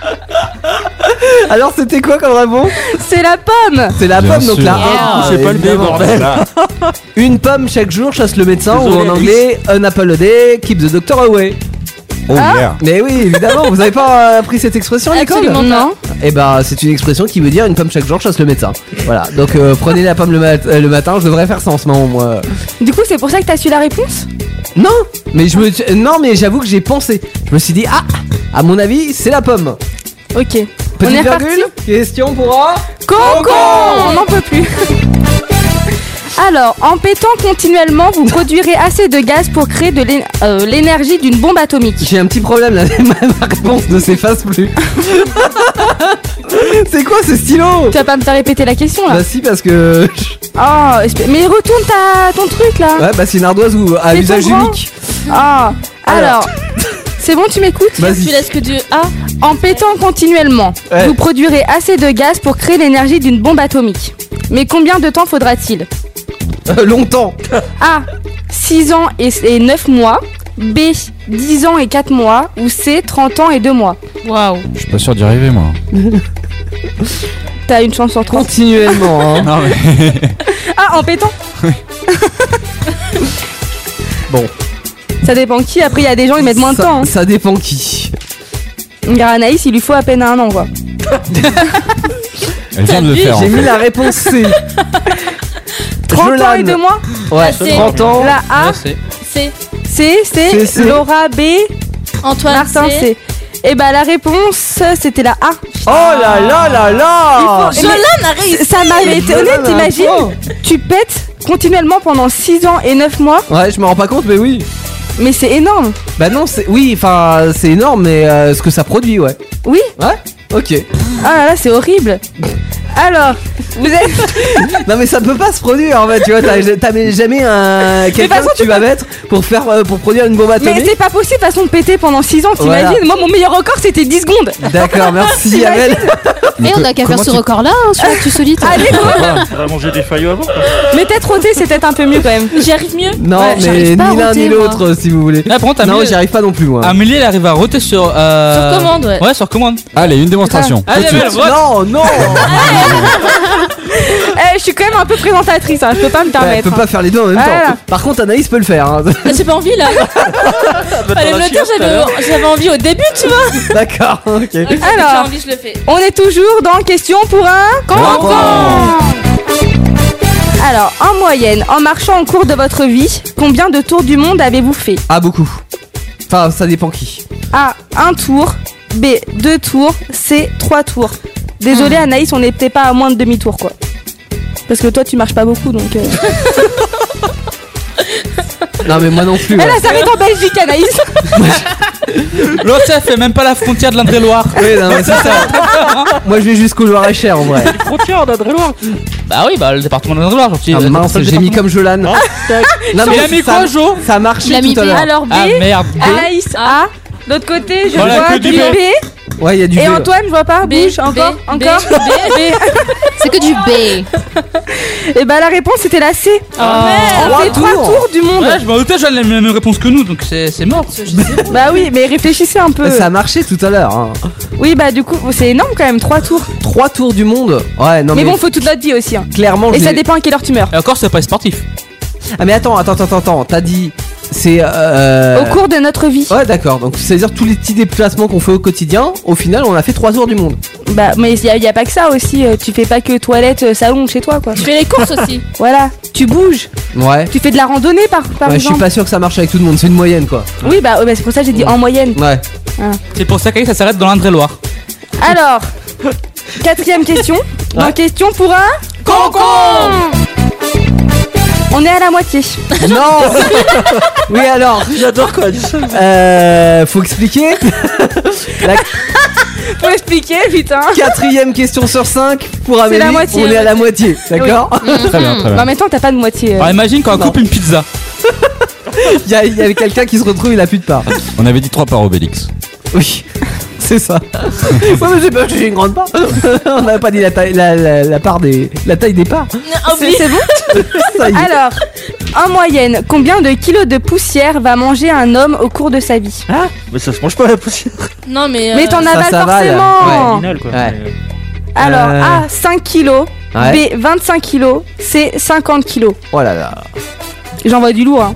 Alors c'était quoi comme réponse? C'est la pomme. C'est la Bien pomme, donc sûr. la Yeah. A. C'est pas le B, évidemment. bordel. Une pomme chaque jour chasse le médecin, Désolé, ou en anglais, un apple a day keep the doctor away. Oh Ah. yeah. Mais oui, évidemment, vous avez pas euh, appris cette expression à l'école? Absolument. Non. Et bah c'est une expression qui veut dire une pomme chaque jour chasse le médecin. Voilà, donc euh, prenez la pomme le, mat- euh, le matin, je devrais faire ça en ce moment moi. Du coup, c'est pour ça que t'as su la réponse? Non, mais je me non mais j'avoue que j'ai pensé. Je me suis dit ah, à mon avis, c'est la pomme. Ok. Petite On est reparti. virgule. Question pour A. Concon. On n'en peut plus. Alors, en pétant continuellement, vous produirez assez de gaz pour créer de l'é- euh, l'énergie d'une bombe atomique. J'ai un petit problème là, ma ma réponse ne s'efface plus. C'est quoi ce stylo? Tu vas pas me faire répéter la question là? Bah si parce que Oh, espè- mais retourne ta, ton truc là. ouais bah c'est une ardoise ou à C'est usage ton grand. unique. Ah, alors, Alors. c'est bon, tu m'écoutes? Tu Vas-y. laisses que du A. En pétant continuellement, Ouais. vous produirez assez de gaz pour créer l'énergie d'une bombe atomique. Mais combien de temps faudra-t-il? Euh, longtemps. A. six ans et, et neuf mois. B. dix ans et quatre mois. Ou C. trente ans et deux mois. Waouh. Je suis pas sûr d'y arriver moi. T'as une chance sur trois. Continuellement. Hein. Non mais. Ah, en pétant. Bon. Ça dépend qui. Après, il y a des gens, ils mettent moins de Ça- temps. Hein. Ça dépend qui. Regarde, Anaïs, il lui faut à peine un an, quoi. Elle vient de le faire. en J'ai mis fait. la réponse C. trente ans Jolan. et deux mois. Ouais, Ah, c'est- trente ans. La A. Là, c'est- C. C. C'est C. C. Laura B. Antoine Martin C. C. Et bah, la réponse, c'était la A. Oh là là là là. Il faut- Jolan a réussi. Ça m'avait été Jolan honnête, a un t'imagines? point. Tu pètes continuellement pendant six ans et neuf mois. Ouais, je me rends pas compte, mais oui. Mais c'est énorme. Bah non, c'est oui, enfin c'est énorme, mais euh, ce que ça produit, ouais. Oui. Ouais. Ok. Ah là là, c'est horrible. Alors, vous êtes. Non mais ça peut pas se produire en fait, tu vois, t'as t'as jamais un quelqu'un façon, que tu vas mettre pour faire euh, pour produire une bombe Mais atomique. c'est pas possible, de toute façon, de péter pendant six ans, t'imagines? Voilà. Moi, mon meilleur record, c'était dix secondes. D'accord, merci Amel. Mais on a qu'à faire comment ce tu- record-là hein, sur Actu Solide. Allez, go. On va manger des faillots avant. quoi. Mais t'es trotté, c'est peut-être un peu mieux quand même. J'y arrive mieux. Non Ouais, mais j'arrive pas à ni l'un roter, ni moi. l'autre si vous voulez. Là, par contre, Non, Amélie, j'y arrive pas non plus moi. Amélie, elle arrive à roter sur. euh, Sur commande, ouais. Ouais, sur commande. Allez, une démonstration. Allez, Tout de Amel, suite. rote. Non, non. Eh, je suis quand même un peu présentatrice, hein, je peux pas me Elle permettre. peut pas faire les deux en même Voilà. temps. Par contre, Anaïs peut le faire. Hein. Ah, J'ai pas envie là. Fallait me le dire, j'avais j'avais envie au début, tu vois. D'accord. Ok. Ok, dès que Alors. j'ai envie, je le fais. On est toujours dans question pour un Concon. Alors, en moyenne, en marchant au cours de votre vie, combien de tours du monde avez-vous fait? Ah, beaucoup. Enfin, ça dépend qui. A. Un tour. B. Deux tours. C. Trois tours. Désolé Hmm. Anaïs, on n'était pas à moins de demi-tour quoi. Parce que toi tu marches pas beaucoup donc. Euh... Non, mais moi non plus. Elle ouais. a s'arrête en Belgique Anaïs. L'autre, ça fait même pas la frontière de l'Indre-et-Loire. Oui, non, mais c'est ça. Moi je vais jusqu'au Loir-et-Cher en vrai. Frontière d'Indre-et-Loire. Bah oui, bah le département de l'Indre-et-Loire, gentil. Ah, Le mince, seul j'ai mis département. comme Jolan. Non, Il a mis ça, quoi, Jo ça a marché Il a mis tout à B. l'heure. Alors B. Ah merde. Anaïs A. De l'autre côté je Voilà, vois que du du B. B. Ouais, il y a du Et B. Antoine je vois pas. B, Bouge B, encore B, encore. B, B. C'est que du B. Et bah la réponse c'était la C. Ah, On Trois fait trois tours. tours du monde. Ouais, je m'en doutais, j'avais la même réponse que nous, donc c'est c'est mort. Bah oui mais réfléchissez un peu. Ça a marché tout à l'heure. Hein. Oui bah du coup c'est énorme quand même trois tours. Trois tours du monde. Ouais, non mais, Mais bon faut toute notre vie aussi. Hein. clairement. Et je ça l'ai- dépend à quelle heure tu meurs. Et encore, c'est pas sportif. Ah mais attends, attends, attends, attends. T'as dit c'est. Euh... Au cours de notre vie. Ouais, d'accord. Donc c'est à dire tous les petits déplacements qu'on fait au quotidien. Au final, on a fait trois tours du monde. Bah mais il y, a- y a pas que ça aussi. euh, Tu fais pas que toilette, euh, salon chez toi quoi. Tu fais les courses aussi. Voilà. Tu bouges. Ouais. Tu fais de la randonnée par, par Ouais, je suis exemple. pas sûr que ça marche avec tout le monde. C'est une moyenne quoi. Oui bah, ouais, bah, c'est pour ça que j'ai dit en moyenne. Ouais. C'est pour ça que ça s'arrête dans l'Indre-et-Loire. Alors, quatrième question. En question pour un concombre. On est à la moitié. Non. Oui alors. J'adore quand elle dit ça. Euh, faut expliquer. La Faut expliquer, putain. quatrième question sur cinq pour C'est Amélie. la moitié, on est la à la moitié, d'accord. Très bien, très Mais en bien. même temps, t'as pas de moitié. euh. Alors imagine quand on Non. coupe une pizza. Il y, a- il y avait quelqu'un qui se retrouve, il a plus de part. On avait dit trois par Obélix. Oui, c'est ça. Ouais, mais j'ai pas- j'ai une grande part. On n'avait pas dit la taille, la, la- la part des, la taille des parts. C'est c'est bon. Ça y est. Alors, en moyenne, combien de kilos de poussière va manger un homme au cours de sa vie? Mais ça se mange pas la poussière. Non, mais. Mais euh, t'en ça avales s'avale. forcément. Final quoi. Ouais. Mais, Alors, Euh. A, cinq kilos. Ouais. B, vingt-cinq kilos. C, cinquante kilos. Oh là là. J'envoie du lourd. Hein.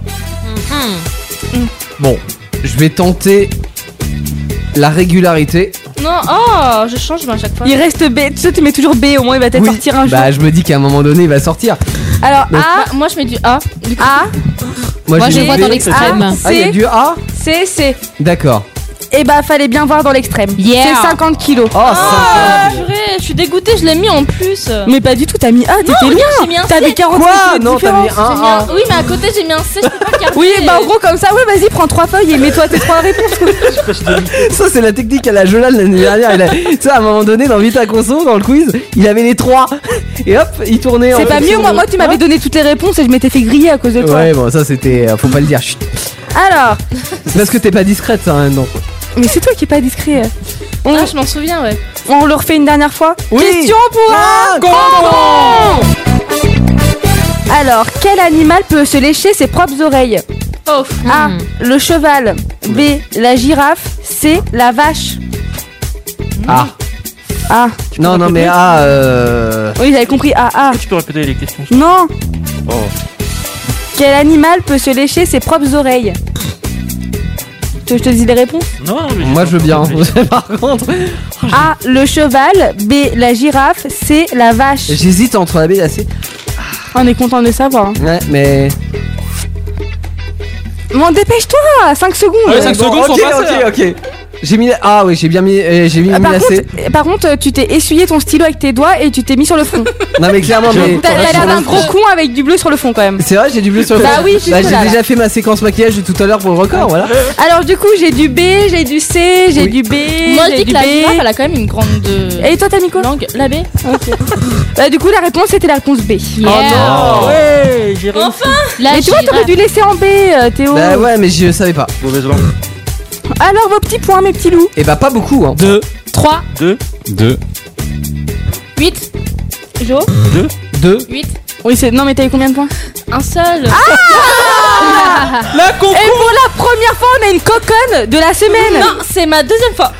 Bon, je vais tenter la régularité. Non, oh, je change moi, à chaque fois. Il reste B. Tu sais, tu mets toujours B, au moins il va peut-être Oui. sortir un jour. Bah, je me dis qu'à un moment donné, il va sortir. Alors, Bah, A, moi je mets du A. Du coup, A, Moi, je j'ai les vois B. dans l'extrême. A, Ah, il y a C, du A. C, C. D'accord. Et bah, fallait bien voir dans l'extrême. Yeah. C'est cinquante kilos. Oh, Ah, purée, je suis dégoûtée, je l'ai mis en plus. Mais pas du tout, t'as mis A, t'étais regarde, loin. j'ai mis un T'avais C. quarante Quoi? kilos de Non, t'as mis différence. un J'ai mis un- A. Oui, mais à côté j'ai mis un C, je peux pas garder. Oui, bah en gros, comme ça, ouais, vas-y, prends trois feuilles et mets-toi tes trois réponses. Ça, c'est la technique à la Jolan l'année dernière. Il a- Tu sais, à un moment donné, dans Vita Conso, dans le quiz, il avait les trois. Et hop, il tournait en C'est pas fonction mieux, moi, de- moi tu m'avais donné toutes les réponses et je m'étais fait griller à cause de toi. Ouais, bon, ça c'était. euh, Faut pas le dire. Chut. Alors, C'est parce que t'es pas discrète, ça, maintenant. mais c'est toi qui es pas discret. On, Ah, je m'en souviens, ouais. on le refait une dernière fois. Oui. Question pour un concombre. Alors, quel animal peut se lécher ses propres oreilles? Oh, A. Le cheval. B. La girafe. C. La vache. Ah. Ah. Non, non, mais ah. Euh... Oui, j'avais compris. A. A. tu peux répéter les questions. Non. Oh. Quel animal peut se lécher ses propres oreilles? Tu veux que je te dis les réponses? Non, mais Moi, je veux bien. Par contre, A. Le cheval. B. La girafe. C. La vache. j'hésite entre la B et la C. On est content de le savoir. hein. Ouais, mais. Bon, dépêche-toi. cinq secondes. Ah ouais, cinq Bon, secondes sont ok, passées, ok, ok. J'ai mis. la- Ah oui, j'ai bien mis. euh, J'ai mis, Ah, mis par, la C. contre, par contre, tu t'es essuyé ton stylo avec tes doigts et tu t'es mis sur le front. Non, mais clairement, mais. T'as t'as l'air d'un gros con avec du bleu sur le front quand même. C'est vrai, j'ai du bleu sur le Bah front. oui, juste Bah, là, j'ai là. déjà fait ma séquence maquillage de tout à l'heure pour le record, voilà. Alors du coup, j'ai du B, j'ai du C, j'ai Oui. du B, moi je j'ai dis du que la B. girafe elle a quand même une grande euh, Et toi, t'as mis quoi? langue. La B. Bah, du coup, la réponse c'était la réponse B. Yeah. Oh, Ouais, j'ai réussi. Enfin La Mais tu vois, t'aurais girafe. dû laisser en B, euh, Théo. Bah ouais, mais je savais pas. Mauvaise langue. Alors vos petits points, mes petits loups. Et bah, pas beaucoup, hein. deux. trois, Deux. deux. huit, Jo, Deux. huit, Oui, c'est. Non, mais t'as eu combien de points? un seul. La con. Et pour la première fois, on a une coconne de la semaine. Non, c'est ma deuxième fois.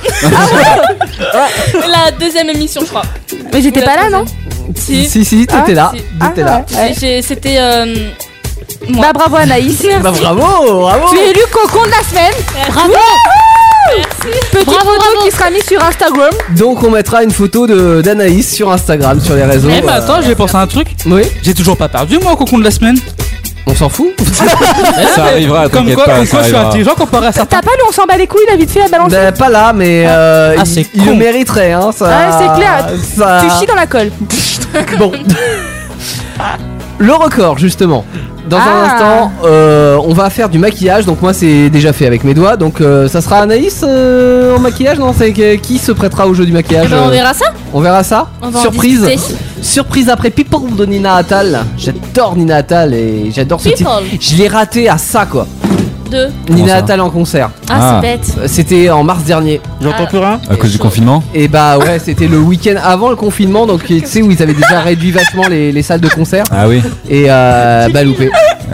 La deuxième émission, je crois. Mais j'étais Ou pas la là, non? Si. Si, si, t'étais Ah, là. si. T'étais Ah, là. ouais, ouais. J'ai- C'était. euh, moi. Bah bravo Anaïs. Bah, bravo, bravo. Tu es élu cocon de la semaine. Bravo. Petite Bravo, photo bravo. qui sera mise sur Instagram. Donc on mettra une photo de d'Anaïs sur Instagram, sur les réseaux. Eh bah euh, attends, j'ai pensé à un truc. Oui. J'ai toujours pas perdu moi au concours de la semaine. On s'en fout. Ça arrivera, Comme t'inquiète quoi, pas, comme ça quoi je suis arrivera. intelligent comparé à certains. T'as pas lu, on s'en bat les couilles, la vite fait à balancer. Bah, pas là, mais euh, Ah, il- c'est il, le con. mériterait, hein. Ça, Ah, c'est clair. ça- Tu chies dans la colle. Bon. Le record, justement. Dans un Ah. instant, euh, on va faire du maquillage. Donc moi, c'est déjà fait avec mes doigts. Donc euh, ça sera Anaïs euh, en maquillage. Non, c'est que- qui se prêtera au jeu du maquillage? Eh ben, on euh, verra ça. On verra ça. On va en Surprise. discuter. Surprise après People de Nina Attal. J'adore Nina Attal et j'adore ce titre. People. Je l'ai raté à ça, quoi. Deux. Nina ça Attal en concert. Ah, Ah. c'est bête. Euh, C'était en mars dernier. J'entends Ah. plus rien. À cause du confinement. Et bah ouais, c'était le week-end avant le confinement. Donc tu sais où ils avaient déjà réduit vachement les, les salles de concert. Ah oui. Et euh, bah loupé.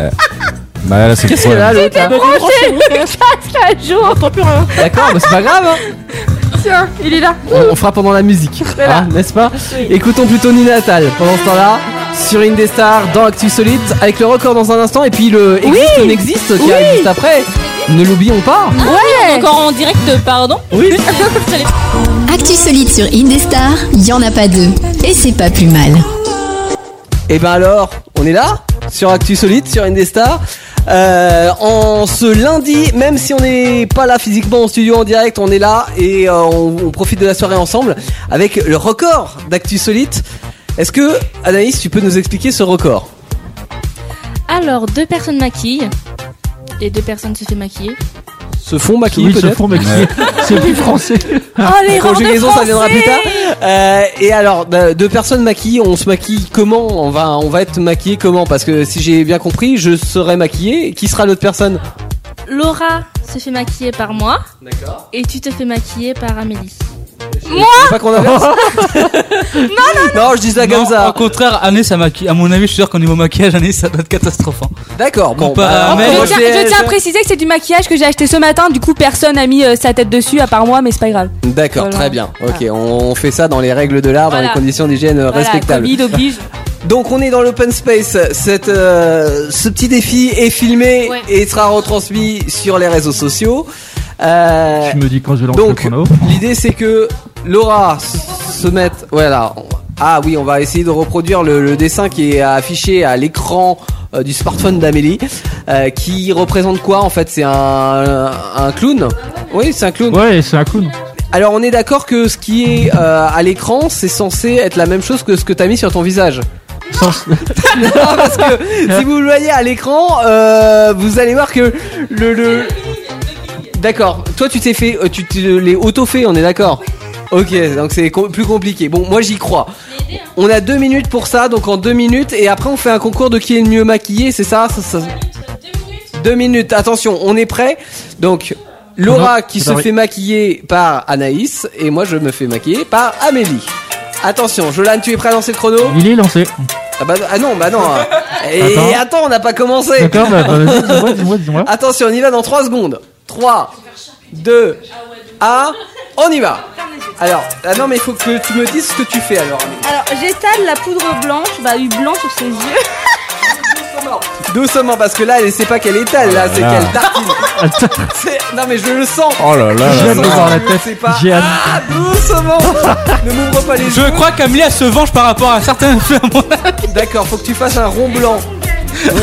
Bah là, c'est le Qu'est-ce qu'il y a là, problème. l'autre là Quatre jours. J'entends plus rien. D'accord, bah c'est pas grave, hein. Tiens, il est là. on, on fera pendant la musique, Voilà. hein, n'est-ce pas? Écoutons plutôt Nina Attal pendant ce temps-là sur Indestar dans Actu Solide avec le record dans un instant et puis le existe ou n'existe qui Oui. arrive juste après. Ne l'oublions pas. Ouais. Encore en direct, pardon. Oui. Actu solide sur Indestar, y en a pas deux. Et c'est pas plus mal. Et ben alors, on est là sur Actu Solide sur Indestar. Euh, en ce lundi, même si on n'est pas là physiquement en studio en direct, on est là et euh, on, on profite de la soirée ensemble avec le record d'Actu Solide. Est-ce que Anaïs, tu peux nous expliquer ce record? Alors, deux personnes maquillent. Et deux personnes se fait maquiller. Se font maquiller Oui, se peut-être. font maquiller. C'est plus français. Oh, les rangs de Conjugaison, ça viendra plus Français. tard. Euh, et alors, bah, deux personnes maquillées, on se maquille comment? On va, on va être maquillé comment? Parce que si j'ai bien compris, je serai maquillé. Qui sera l'autre personne? Laura se fait maquiller par moi. D'accord. Et tu te fais maquiller par Amélie. Moi pas qu'on inverse. non, non, non. Non, je dis ça comme Non, ça. Au contraire, Année, ça maquille. À mon avis, je suis sûr qu'au niveau maquillage, Année, ça doit être catastrophe. hein. D'accord. Bon, Comparé bah, à Amel, Je moi, tiens, j'ai- je tiens à j'ai- préciser que c'est du maquillage que j'ai acheté ce matin. Du coup, personne n'a mis euh, sa tête dessus à part moi, mais c'est pas grave. D'accord, Voilà. très bien. Ok, on fait ça dans les règles de l'art, dans Voilà. les conditions d'hygiène euh, Voilà, respectables. Covid oblige. Donc on est dans l'open space. Cette, euh, ce petit défi est filmé Ouais. et sera retransmis sur les réseaux sociaux. Euh, Je me dis quand je lance donc le chrono. l'idée c'est que Laura s- se mette. Voilà. Ah oui, on va essayer de reproduire le, le dessin qui est affiché à l'écran euh, du smartphone d'Amélie, euh, qui représente quoi en fait? C'est un, un clown. Oui, c'est un clown. Ouais, c'est un clown. Alors on est d'accord que ce qui est euh, à l'écran, c'est censé être la même chose que ce que t'as mis sur ton visage. Sans- Non, parce que si vous le voyez à l'écran, euh, vous allez voir que le... le... D'accord, toi tu t'es fait... euh, tu te les auto-fait, on est d'accord? Ok, donc c'est com- plus compliqué. Bon, moi j'y crois. On a deux minutes pour ça, donc en deux minutes, et après on fait un concours de qui est le mieux maquillé, c'est ça, ça, ça... Deux minutes, attention, on est prêt. Donc... Laura Non, qui c'est se pas fait maquiller par Anaïs et moi je me fais maquiller par Amélie. Attention, Jolan, tu es prêt à lancer le chrono? Il est lancé. Ah, bah, ah non, bah non. Et Attends. attends, on n'a pas commencé. D'accord, bah, bah, vas-y, dis-moi, dis-moi, dis-moi. Attention, on y va dans trois secondes. trois, deux, un, on y va. Alors, ah non mais il faut que tu me dises ce que tu fais alors. Amélie. Alors, j'étale la poudre blanche, bah du blanc sur ses yeux. Doucement, parce que là, elle sait pas qu'elle étale, là, c'est là. qu'elle tartine. C'est- Non mais je le sens. Oh là là J'ai là hâte de là. voir la Je tête. sais pas. J'ai hâte. Ah, doucement. Ne m'ouvre pas les Je yeux. crois qu'Amélie, elle se venge par rapport à certains faits, à mon avis. D'accord, faut que tu fasses un rond blanc. Oui,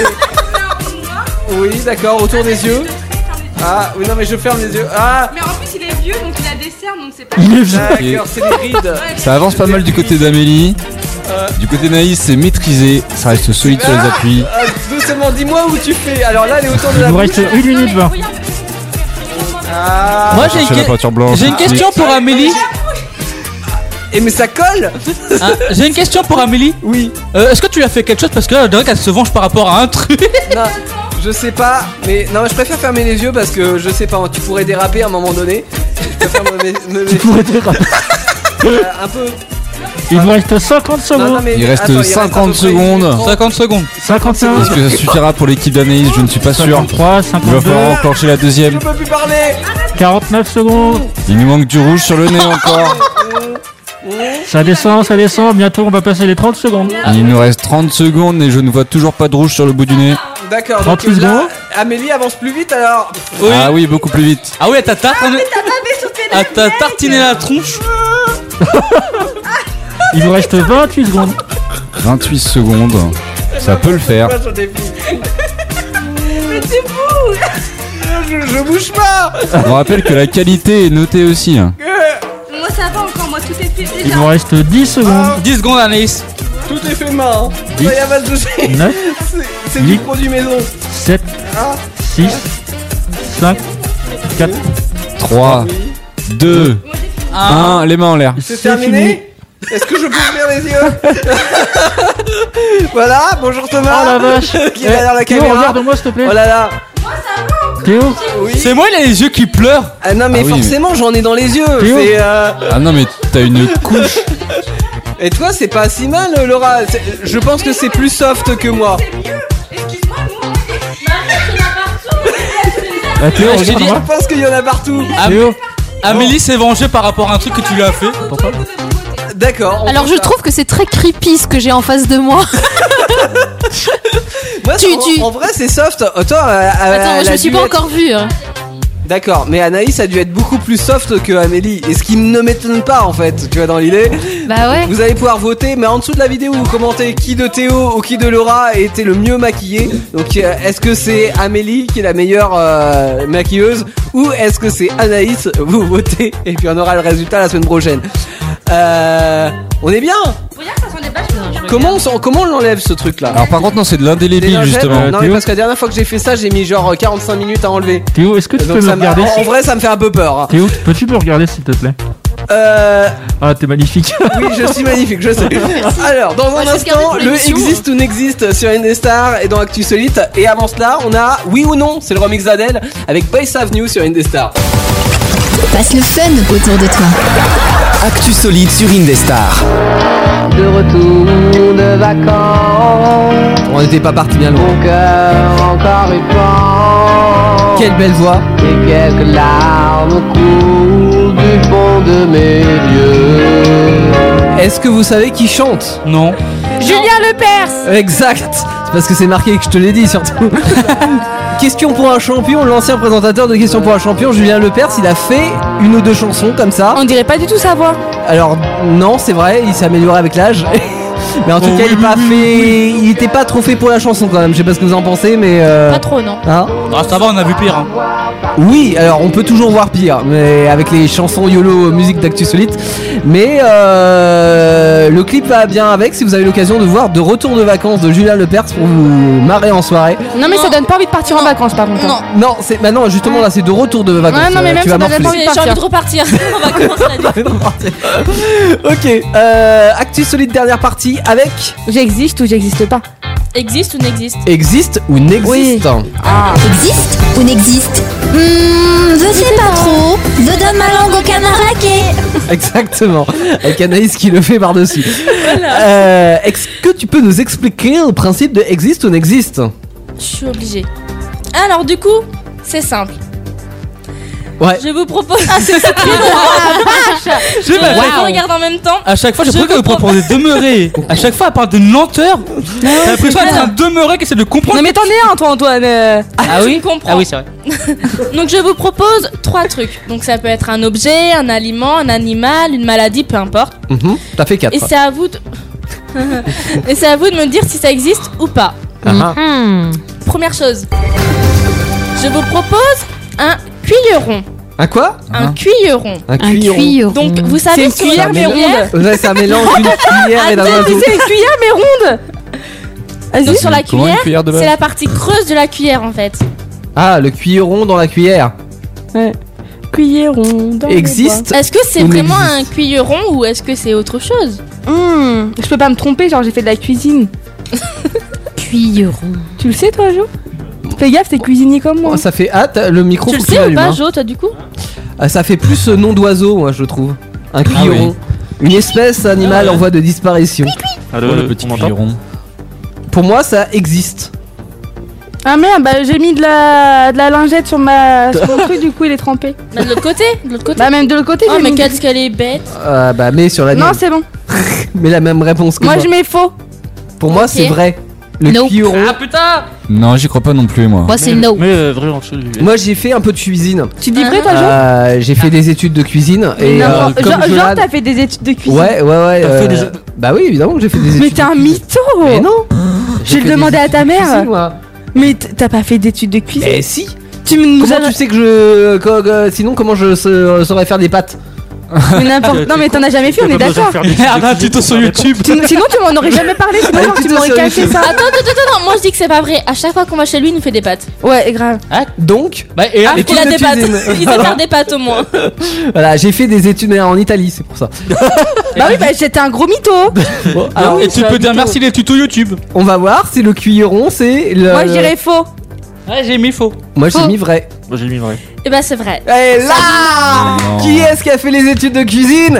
oui d'accord, autour des yeux. Ah, oui, non, mais je ferme les yeux. Ah, Mais en plus, il est vieux, donc il a des cernes, donc c'est pas. Il est vieux. d'accord, c'est des rides. Ça avance pas mal du côté d'Amélie. Euh. Du côté d'Anaïs, c'est maîtrisé. Ça reste solide sur les appuis. Ah, doucement, dis-moi où tu fais. Alors là, elle est autour de Il la vous bouche. reste une minute vingt. Ah, Moi, j'ai une, Chercher la que- peinture blanche. j'ai une question pour Amélie. et mais ça colle. Hein, j'ai une question pour Amélie. Oui. Euh, Est-ce que tu lui as fait quelque chose parce que là, on dirait qu'elle se venge par rapport à un truc. Non, je sais pas, mais non, je préfère fermer les yeux parce que je sais pas, tu pourrais déraper à un moment donné. Je préfère me, me, me- Tu pourrais dire. euh, un peu. Il vous reste cinquante Non, non, secondes. mais Il reste attends, cinquante à peu près secondes. trente. cinquante secondes. cinquante-cinq. Est-ce que ça suffira pour l'équipe d'Anaïs? Je ne suis pas sûr. cinquante-trois, Il va cinquante-deux, falloir enclencher la deuxième. Je peux plus parler. quarante-neuf secondes. Il nous manque du rouge sur le nez encore. Ça descend, ça descend. Bientôt, on va passer les trente secondes. Il nous reste trente secondes et je ne vois toujours pas de rouge sur le bout du nez. D'accord, donc trente-huit là, secondes. Amélie avance plus vite alors. Oui. Ah oui, beaucoup plus vite. Ah oui, t'as t'as attendu. à t'a tartiné la tronche. Il vous reste vingt-huit secondes. vingt-huit secondes. Ça peut le faire. Mais c'est fou. je, je bouge pas. Je vous rappelle que la qualité est notée aussi. Hein. Moi ça va encore, moi tout est fait Il déjà. vous reste dix secondes. dix secondes, Anaïs. Tout est fait main. Hein. dix, Ça y a pas de soucis. neuf, C'est, c'est du huit, produit maison. sept, Ah. six, cinq, quatre. trois, deux, un. Les mains en l'air. C'est terminé. Est-ce que je peux ouvrir les yeux? Voilà, bonjour Thomas. Oh la vache. Qui est derrière la Théo, caméra. regarde-moi s'il te plaît. Oh là là. Théo. Oui. C'est moi, il a les yeux qui pleurent. Ah non mais Ah oui, forcément j'en ai dans les yeux. Théo. C'est, euh, Ah non, mais t'as une couche. Et toi c'est pas si mal Laura. C'est- Je pense que c'est plus soft que moi. Ah, Théo, Ouais, je t'ai dit- Je regarde-moi. pense qu'il y en a partout. Am- Théo. Amélie s'est vengée par rapport à un truc que tu lui as fait. Pourquoi? D'accord. on Alors fait je ça. trouve que c'est très creepy ce que j'ai en face de moi. Moi, Tu- en, tu- en vrai c'est soft. Oh, toi, euh, Attends, elle moi je a me suis dû pas être- encore vue. hein. D'accord, mais Anaïs a dû être beaucoup plus soft que Amélie. Et ce qui ne m'étonne pas en fait, tu vois, dans l'idée. Bah ouais. Vous allez pouvoir voter, mais en dessous de la vidéo, vous commentez qui de Théo ou qui de Laura était le mieux maquillé. Donc, euh, est-ce que c'est Amélie qui est la meilleure euh, maquilleuse ou est-ce que c'est Anaïs? Vous votez et puis on aura le résultat la semaine prochaine. Euh, on est bien. Comment on, s'en- comment on l'enlève ce truc là? Alors par contre non, c'est de l'indélébile justement. Non mais Théo. parce que la dernière fois que j'ai fait ça, j'ai mis genre quarante-cinq minutes à enlever. Théo, est-ce que tu Donc peux me ça me- regarder? en, en vrai, ça me fait un peu peur. hein. Théo, peux-tu me regarder s'il te plaît? Euh, Ah, t'es magnifique. oui, je suis magnifique, je sais. Alors, dans un Moi, je vais instant, regarder pour le l'émission. existe ou n'existe sur Indestar et dans Actu Solite. Et avant cela, on a oui ou non, c'est le remix d'Adèle avec Boys Avenue sur Indestar. Passe le fun autour de toi. Actu Solide sur Indestar. De retour de vacances, On n'était pas parti bien loin. mon cœur encore y pense. Quelle belle voix. Et quelques larmes coulent du fond de mes yeux. Est-ce que vous savez qui chante? Non. Julien Lepers. Exact. C'est parce que c'est marqué que je te l'ai dit surtout. Question pour un champion, l'ancien présentateur de Question pour un champion, Julien Lepers, il a fait une ou deux chansons comme ça. On dirait pas du tout sa voix. Alors non, c'est vrai, il s'est amélioré avec l'âge. Mais en tout Oh cas, oui, il, oui, pas oui, fait... il était pas trop fait pour la chanson quand même. Je sais pas ce que vous en pensez, mais euh... Pas trop, non. hein Ah, ça va, on a vu pire. Hein. Oui, alors on peut toujours voir pire, mais avec les chansons YOLO musique d'Actu Solite. Mais euh, le clip va bien avec. Si vous avez l'occasion de voir De retour de vacances de Julien Lepers pour vous marrer en soirée. Non, mais ça donne pas envie de partir en vacances par contre. Non. Non, c'est maintenant justement là, c'est de retour de vacances. Ouais, non, mais Euh, même tu ça vas donne morfler. pas J'ai envie de repartir en vacances. là, du coup. Ok, euh, Actu Solide dernière partie avec J'existe ou j'existe pas. Existe ou n'existe? existe ou n'existe. Existe ou n'existe? Hmm, je sais pas trop. Je donne ma langue au canard laqué. Exactement, avec Anaïs qui le fait par-dessus. Euh, Est-ce que tu peux nous expliquer le principe de existe ou n'existe? Je suis obligée. Alors, du coup, c'est simple. Ouais. Je vous propose. Je sais Je pas, vous regarde en même temps. à chaque fois, j'ai Je l'impression qu'elle vous propose de demeurer. À chaque fois, elle parle d'une lenteur. J'ai l'impression d'être un demeuré qui essaie de comprendre. Non, mais t'en es un, toi, Antoine. euh. Ah oui comprends. Ah oui, c'est vrai. Donc, je vous propose trois trucs. Donc, ça peut être un objet, un aliment, un animal, une maladie, peu importe. Mhm, T'as fait quatre. Et c'est à vous de. Et c'est à vous de me dire si ça existe ou pas. Ah, ah. Hmm. Première chose. Je vous propose un cuilleron. Un quoi? Un cuilleron. Un Un cuilleron. cuilleron. Donc, vous C'est savez une sur cuillère, une mais cuillère- ronde. Ouais, c'est un mélange d'une cuillère et d'un Attends, mais oiseau. c'est une cuillère, mais ronde. Vas-y. Donc, sur la Comment une cuillère, cuillère de base? c'est la partie creuse de la cuillère en fait. Ah, le cuilleron dans la cuillère. Cuilleron. dans les Existe. Est-ce que c'est Ou vraiment n'existe. un cuilleron ou est-ce que c'est autre chose? bois. Hmm, Je peux pas me tromper, genre j'ai fait de la cuisine. Cuilleron. Tu le sais, toi, Jo? Fais gaffe, t'es cuisinier comme moi. Oh, ça fait hâte, le micro Tu le faut que tu sais ou l'allumes, pas, hein. Jo, toi du coup? Ah, ça fait plus euh, nom d'oiseau, moi je trouve. Un cuilleron. Une espèce animale Ah ouais. en voie de disparition. Allô, Oh, le petit on m'entend? cuilleron. Pour moi, ça existe. Ah merde, bah j'ai mis de la, de la lingette sur, ma, sur mon truc, du coup il est trempé. Bah, de l'autre côté, de l'autre côté. Bah même de l'autre côté, Oh j'ai mais mis. qu'est-ce qu'elle est bête. Euh, bah, mais sur la Non, mienne. c'est bon. Mais la même réponse que Moi moi. je mets faux. Pour moi, Ok. c'est vrai. Le Nope. cuilleron. Ah putain. Non, j'y crois pas non plus, moi. Moi, c'est Mais- no. Mais euh, vrai, en dessous, lui. Moi j'ai fait un peu de cuisine. Tu dis prêt toi, Jean Euh, j'ai fait des études de cuisine et euh, N'importe- comme Genre, genre, Jolan- t'as fait des études de cuisine. Ouais, ouais, ouais. T'as fait euh, des- Bah oui, évidemment que j'ai fait des études. Mais t'es de un cuisine. mytho. Mais non. Je vais J'ai le fait demander des à études ta de mère. cuisine, moi. Mais t- t'as pas fait d'études de cuisine. Eh si. Tu me nous Comment as- tu sais que je co- co- sinon comment je sa- saurais faire des pâtes? Mais n'importe. Non mais t'en as jamais fait, on est d'accord. Regarde un tuto sur YouTube. Tu- Sinon tu m'en aurais jamais parlé, sinon Un genre, tu tuto m'aurais sur caché YouTube. ça. Attends, attends, attends, attends, moi je dis que c'est pas vrai. À chaque fois qu'on va chez lui, il nous fait des pâtes. Ouais, grave. Donc, Bah, et là, Ah, études il a de des pâtes. cuisine. Il sait faire des pâtes au moins. voilà, j'ai fait des études mais en Italie, c'est pour ça. Bah oui, bah j'étais un gros mytho. Bon, alors, et tu peux dire merci les tutos YouTube. on va voir si le cuilleron c'est le. Moi je dirais faux. Ouais, j'ai mis faux. Moi j'ai Faux. mis vrai. Moi, j'ai mis vrai. Et bah, c'est vrai. Et là, Non. qui est-ce qui a fait les études de cuisine?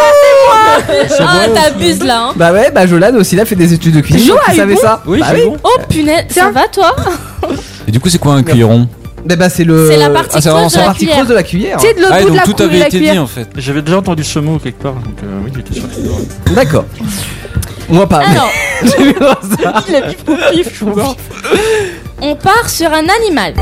Ah, t'abuses là, hein. Bah ouais, bah Jolan aussi, il a fait des études de cuisine. Jo donc a tu eu savais bon ça? Oui, bah c'est oui. bon. Oh punaise, ça va toi? Et du coup, c'est quoi un cuilleron? Bah, bah c'est le. C'est la partie Ah, c'est vraiment creuse de ça, la partie cuillère. creuse de la cuillère. Tu sais, de l'autre Ah, bout de donc la tout coupe de avait la été dit cuillère. en fait. J'avais déjà entendu ce mot quelque part, donc euh, oui, j'étais sûr que c'était vrai. D'accord. Moi pas. Alors, J'ai vu ça. il a mis au pif, je suis mort. On part sur un animal.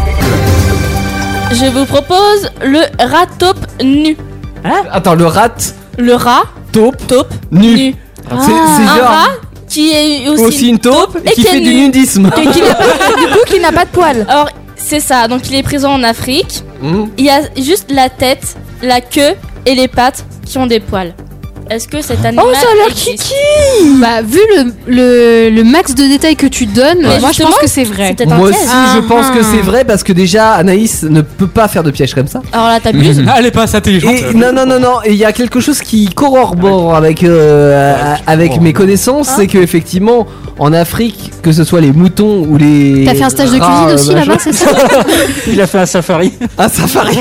Je vous propose le rat taupe nu. Attends, le rat Le rat taupe taupe nu. nu. C'est c'est Un genre rat qui est aussi, aussi une taupe et qui qui fait est du nu. nudisme. Et qui n'a pas, du coup, qui n'a pas de poils. Alors, c'est ça. Donc, il est présent en Afrique. Mmh. Il y a juste la tête, la queue et les pattes qui ont des poils. Est-ce que cet animal Oh, ça a l'air existe? Bah, vu le, le, le max de détails que tu donnes, Mais moi je justement, pense que c'est vrai. C'est peut-être un Moi piège. aussi, Ah, je pense ah. que c'est vrai parce que déjà Anaïs ne peut pas faire de piège comme ça. Alors là, t'abuses. Ah, elle est pas assez intelligente. Et non, non, non, non, et il y a quelque chose qui corrobore avec, euh, avec mes connaissances, Hein c'est que effectivement en Afrique, que ce soit les moutons ou les. T'as fait un stage de rats, cuisine euh, aussi machin- là-bas, c'est ça? Il a fait un safari. Un safari.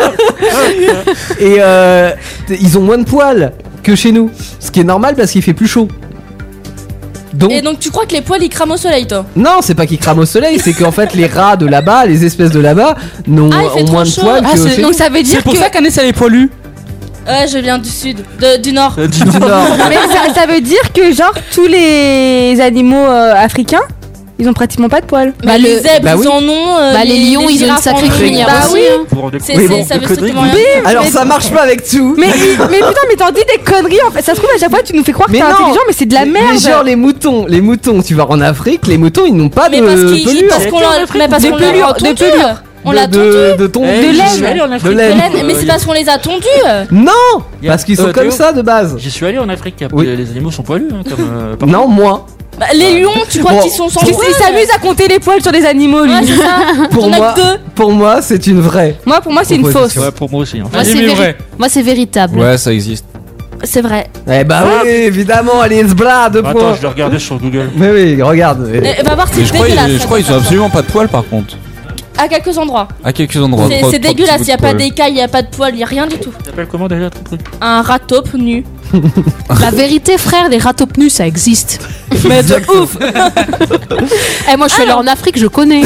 Et euh, t- ils ont moins de poils que chez nous, ce qui est normal parce qu'il fait plus chaud. Donc, Et donc, tu crois que les poils ils crament au soleil, toi? non, c'est pas qu'ils crament au soleil, c'est qu'en fait les rats de là-bas, les espèces de là-bas, n'ont Ah, il fait ont trop moins de chaud. poils Ah, que c'est- chez Donc nous. ça veut dire C'est pour que. ça qu'Anès elle est poilue. Ouais, je viens du sud, de- du nord. Euh, dis Du Nord. Mais ça, ça veut dire que genre tous les animaux euh, africains, ils ont pratiquement pas de poils. Mais Bah, les le- zèbres, bah ils oui. en ont. euh, Bah, les lions, ils ont une girafes sacrée en ont. crinière Bah aussi. oui. hein. Vous vous rendez C'est, compte Oui, c'est- bon, ça de veut conneries, strictement vous- rien dire. Alors Mais- ça marche pas avec tout. Mais, mais putain, mais t'en dis des conneries en fait. Ça se trouve à chaque fois tu nous fais croire que Mais t'es non. intelligent, mais c'est de la Mais- merde. Mais genre les moutons, les moutons, tu vas en Afrique, les moutons ils n'ont pas Mais de parce, qu'ils- pelure. parce qu'on l'a, mais parce Des qu'on l'a pelures, tondu. des pelures. On de, l'a tondu. de, de ton Eh, de j'y laine. suis allé en De Afrique. laine. Hélène, mais c'est parce qu'on les a tondus. Non, Y a- parce qu'ils sont euh, comme Théo, ça de base. J'y suis allé en Afrique, y a- Oui. les animaux sont poilus, hein, comme. euh, partout. Non, moins. Bah, les lions, tu crois Bon. qu'ils sont sans Il poils? il s'amuse à compter les poils sur les animaux lui. Ouais, c'est ça. Pour T'en as moi, que deux. pour moi, c'est une vraie. Moi pour moi c'est une fausse. Proposition. Ouais, pour moi aussi. Hein. Moi, Vas-y, c'est mais véri- vrai. Moi, c'est véritable. Ouais, ça existe. C'est vrai. Eh bah oui, évidemment, allez, bra, deux Attends, points. je vais regarder sur Google. Mais oui, regarde. Eh, va voir, c'est Mais je crois, dégueulasse. ils- je crois qu'ils ont absolument pas de poils par contre. À quelques endroits. À quelques endroits. C'est, trois- c'est trois dégueulasse. petits Y a bouts pas de poils. d'écailles, y a pas de poils, y a rien du tout. Ça s'appelle comment déjà ton truc? Un rat taupe nu. La vérité, frère, les rats taupe nus, ça existe. Mais de ouf. Eh, moi, je suis allée en Afrique, je connais.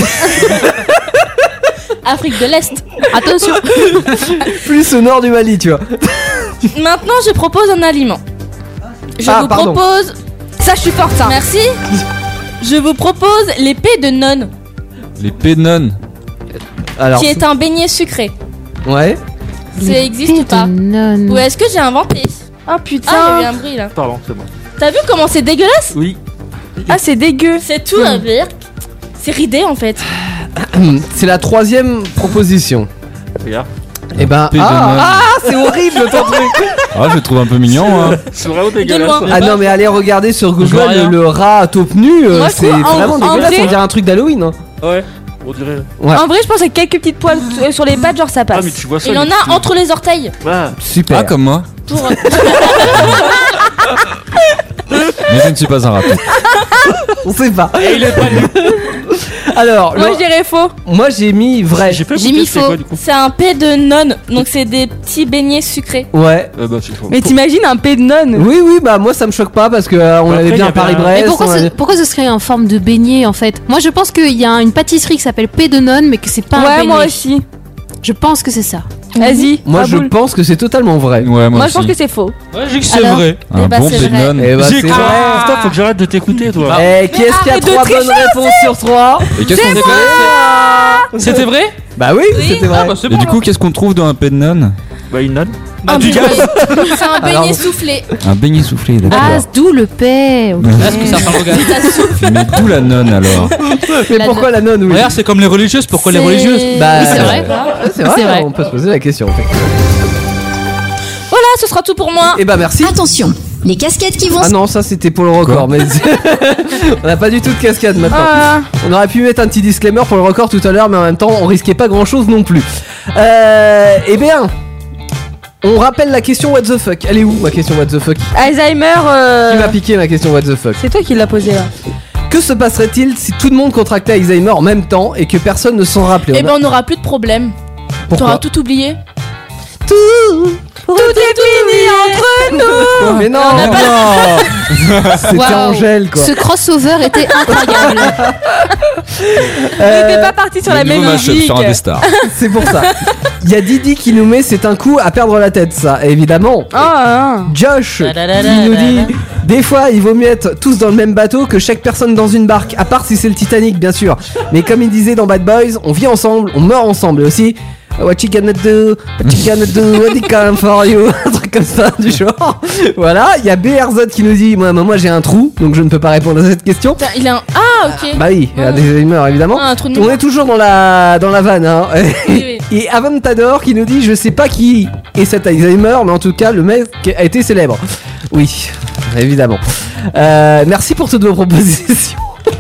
Afrique de l'Est. Attention. Plus au nord du Mali, tu vois. Maintenant, je propose un aliment. Je Ah, vous pardon. propose. Ça je suis forte ça. Merci. Je vous propose l'épée de nonne, Les pénones. Alors, qui est un beignet sucré. ouais. Ça existe ou pas? Non. Ou est-ce que j'ai inventé? Oh putain. Ah, il y a eu un bruit là. Pardon, c'est bon. T'as vu comment c'est dégueulasse? Oui. Ah c'est dégueu. C'est tout à dire. C'est ridé en fait. C'est la troisième proposition. Regarde. Eh ben, P de ah, nonne. ah, c'est horrible ton truc. Ah, je le trouve un peu mignon. Hein. C'est vraiment loin. dégueulasse. Ah non, mais allez regarder sur Je vois Google le, rien. le rat taupe nu, euh, Moi, je c'est trouve en- vraiment en dégueulasse, vrai- on dirait un truc d'Halloween. Hein. Ouais, on dirait. Ouais. En vrai je pense que quelques petites poils euh, sur les pattes genre ça Ah, passe. mais tu vois ça. Il en mais a tu- entre les orteils. Ah, Super. Ah, comme moi. Pour... Mais je ne suis pas un raton. On sait pas. Et il est pas nu. Alors, Moi le- je dirais faux. moi j'ai mis vrai. j'ai pas J'ai goûté, mis c'est faux. quoi du coup? C'est un paix de nonne. Donc c'est des petits beignets sucrés. Ouais. Euh, bah, c'est faux. Mais t'imagines un P de nonne. Oui, oui, bah moi ça me choque pas parce que euh, on Après, avait il y bien avait un- Paris-Brest. Mais pourquoi, on ce, avait- pourquoi ce serait en forme de beignet en fait? Moi, je pense qu'il y a une pâtisserie qui s'appelle P de nonne, mais que c'est pas un Ouais beignet. moi aussi. Je pense que c'est ça. Vas-y. Moi, je Raboul. pense que c'est totalement vrai. Ouais, moi, Moi, je aussi. pense que c'est faux. Ouais, je dis que c'est Alors vrai. Un Eh bah, bon c'est vrai. Bennon. Eh bah, J'ai c'est cru- vrai. Ah, stop, faut que j'arrête de t'écouter, toi. Eh, qui est-ce qui a arrête de trois tricher bonnes réponses sur trois? Et qu'est-ce qu'on C'était fait vrai C'était vrai Bah oui, c'était vrai. Ah bah c'est Et bon. du coup, qu'est-ce qu'on trouve dans un Bennon? Bah, une nonne. Ah, du gaz. C'est un beignet Alors- soufflé. Un beignet soufflé, d'accord. Ah, d'où le paix. ok. Est-ce que ça parle au gaz Mais d'où la nonne alors? Mais La pourquoi la nonne, oui? Regarde, c'est comme les religieuses. Pourquoi les C'est- religieuses Bah, Oui, c'est vrai. C'est vrai, C'est vrai. on peut se poser la question. En fait. Voilà, ce sera tout pour moi. Eh bah, merci. Attention, les casquettes qui vont Ah non, ça c'était pour le record, mais on n'a pas du tout de cascade maintenant. Ah. On aurait pu mettre un petit disclaimer pour le record tout à l'heure, mais en même temps, on risquait pas grand chose non plus. Euh, eh bien, on rappelle la question what the fuck. Elle est où ma question what the fuck? Alzheimer. euh, Qui m'a piqué ma question what the fuck? C'est toi qui l'as posé là. Que se passerait-il si tout le monde contractait Alzheimer en même temps et que personne ne s'en rappelait? Eh ben, on n'aura plus de problème. Pourquoi? T'auras tout oublié. Tout, Tout est fini entre nous. Mais non, On a non. C'était Waouh. Angèle quoi. Ce crossover était incroyable. On Euh, n'était pas partis sur la Le nouveau même mashup musique. sur Indestar. C'est pour ça. Il y a Didi qui nous met c'est un coup à perdre la tête ça, évidemment. Ah, ah. Josh qui Da-da-da-da-da-da. nous dit des fois il vaut mieux être tous dans le même bateau que chaque personne dans une barque, à part si c'est le Titanic bien sûr. Mais comme il disait dans Bad Boys, on vit ensemble, on meurt ensemble. Et aussi what you gonna do, what you gonna do, what you come for you, un truc comme ça du genre. Voilà, il y a B R Z qui nous dit moi, moi j'ai un trou donc je ne peux pas répondre à cette question. Putain, il a un. Ah, ok. Bah oui, il y a des Alzheimer évidemment. Ah, un trou de On mémoire. est toujours dans la dans la vanne hein. Oui, oui. Et Avantador qui nous dit je sais pas qui est cet Alzheimer mais en tout cas le mec a été célèbre. Oui, évidemment. Euh, merci pour toutes vos propositions.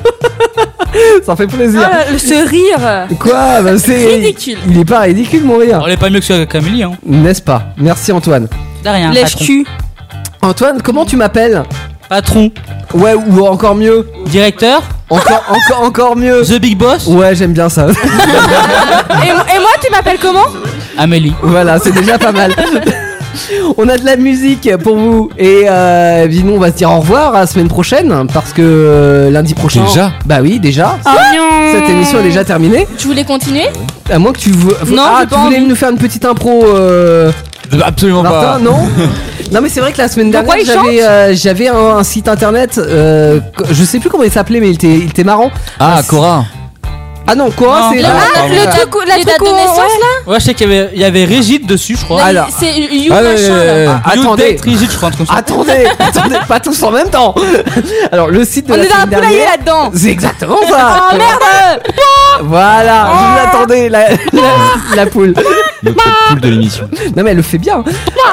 Ça fait plaisir. Ah, le- ce rire. Quoi bah, c'est Ridicule. Il est pas ridicule mon rire. On est pas mieux que sur Camélie, hein. N'est-ce pas? Merci Antoine. De rien. Lèche-tu. Antoine, comment tu m'appelles? Patron. Ouais ou encore mieux. Directeur. Encore encore encore mieux. The Big Boss. Ouais, j'aime bien ça. Et, et moi, tu m'appelles comment? Amélie. Voilà, c'est déjà pas mal. On a de la musique pour vous et euh, puis nous on va se dire au revoir à la semaine prochaine parce que euh, lundi prochain. Déjà Bah oui, déjà. Oh non. Cette émission est déjà terminée. Tu voulais continuer? À moins que tu veux. Non, ah, j'ai tu pas voulais envie. nous faire une petite impro. Euh... Absolument Martin, pas. non. Non mais c'est vrai que la semaine De quoi dernière il j'avais euh, j'avais un, un site internet. Euh, je sais plus comment il s'appelait mais il était il était marrant. Ah, Cora. Ah non, quoi Non, c'est non, là. non, Le non. truc, où- la Les truc dates de où- naissance ouais. là? Ouais, je sais qu'il y avait, il y avait Régide dessus, je crois. Alors. C'est You Ah, ouais, machin ouais, ouais. là. You Attendez. Date Régide, je crois, un truc comme ça. Attendez, attendez, pas tous en même temps. Alors le site de On la est dans un semaine poulailler dernière. là-dedans. C'est exactement ça. Oh merde. Voilà, je vous attendais la, la, la poule. Le coup de poule de l'émission. Non mais elle le fait bien.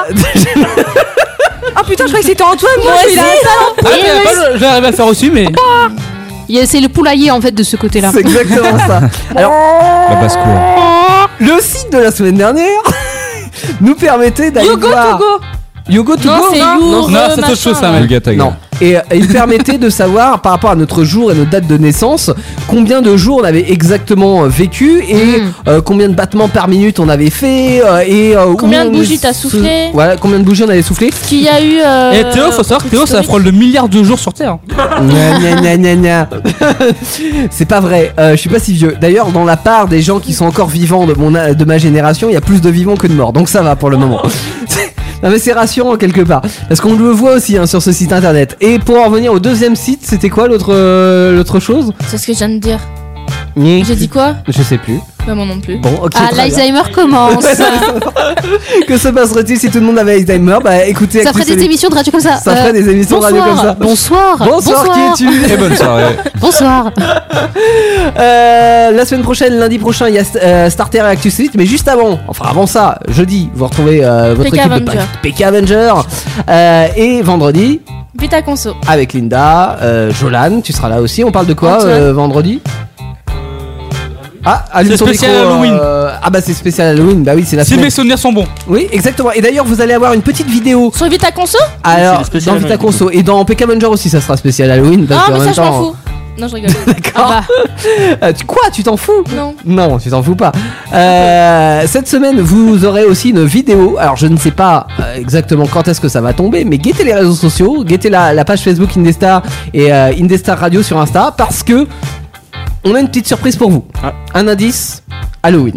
Oh putain, je croyais que c'était Antoine. Moi, je suis là. Ah, mais pas, je vais arriver à le faire aussi, mais. Il y a- C'est le poulailler en fait de ce côté-là. C'est exactement ça. Alors La basse-cour. le site de la semaine dernière nous permettait d'aller Yogo voir. to go. Yogo to Non, go. c'est non You. Non, euh, c'est autre machin, chose, ça, là. mec. Le gars, ta gueule. Non. Et euh, il permettait de savoir par rapport à notre jour et notre date de naissance combien de jours on avait exactement euh, vécu et Mm. euh, combien de battements par minute on avait fait euh, et euh, Combien où de on bougies se- t'as soufflé. Voilà, combien de bougies on avait soufflé. Qu'il y a eu. euh, Et Théo, faut savoir que Théo, ça frôle le milliard de jours sur Terre. Gna gna gna gna gna. C'est pas vrai, euh, je suis pas si vieux. D'ailleurs, dans la part des gens qui sont encore vivants de, mon, a- de ma génération, il y a plus de vivants que de morts, donc ça va pour le moment. Non mais c'est rassurant quelque part, parce qu'on le voit aussi hein, sur ce site internet. Et pour en revenir au deuxième site, c'était quoi l'autre euh, l'autre chose? C'est ce que je viens de dire. Ni- J'ai dit quoi? Je sais plus. Bah, moi non plus. Bon, ok. Ah, très bien. l'Alzheimer commence. Que se passerait-il si tout le monde avait Alzheimer? Bah écoutez, Ça ferait des écoutez- émissions de radio comme ça. Ça ferait des émissions de radio bonsoir. comme ça. Bonsoir. Bonsoir, qui es-tu? Très bonne soirée. Bonsoir. Euh, la semaine prochaine, lundi prochain, il y a euh, Starter et Actu Suite, mais juste avant, enfin avant ça, jeudi, vous retrouvez euh, votre P K équipe Avenger. de P K Avenger. Euh, et vendredi, Vita Conso. avec Linda, euh, Jolan, tu seras là aussi. On parle de quoi Antoine. euh, vendredi? Ah, allume C'est ton spécial micro, Halloween. euh, Ah bah c'est spécial Halloween, bah oui c'est la Si semaine. mes souvenirs sont bons. Oui exactement. Et d'ailleurs vous allez avoir une petite vidéo. Sur Vita Conso? Alors le spécial dans Vita Halloween. Conso et dans P K Avenger aussi ça sera spécial Halloween. Parce Ah, qu'en mais ça, même je m'en temps- fous. Non, je rigole. D'accord. Ah Euh, tu- quoi, tu t'en fous? Non. Non, tu t'en fous pas. Euh, cette semaine, vous aurez aussi une vidéo. Alors, je ne sais pas euh, exactement quand est-ce que ça va tomber, mais guettez les réseaux sociaux, guettez la, la page Facebook Indestar et euh, Indestar Radio sur Insta, parce que on a une petite surprise pour vous. Ah. Un indice Halloween.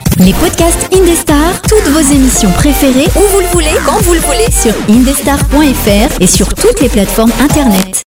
Les podcasts Indestar, toutes vos émissions préférées, où vous le voulez, quand vous le voulez, sur indestar point f r et sur toutes les plateformes internet.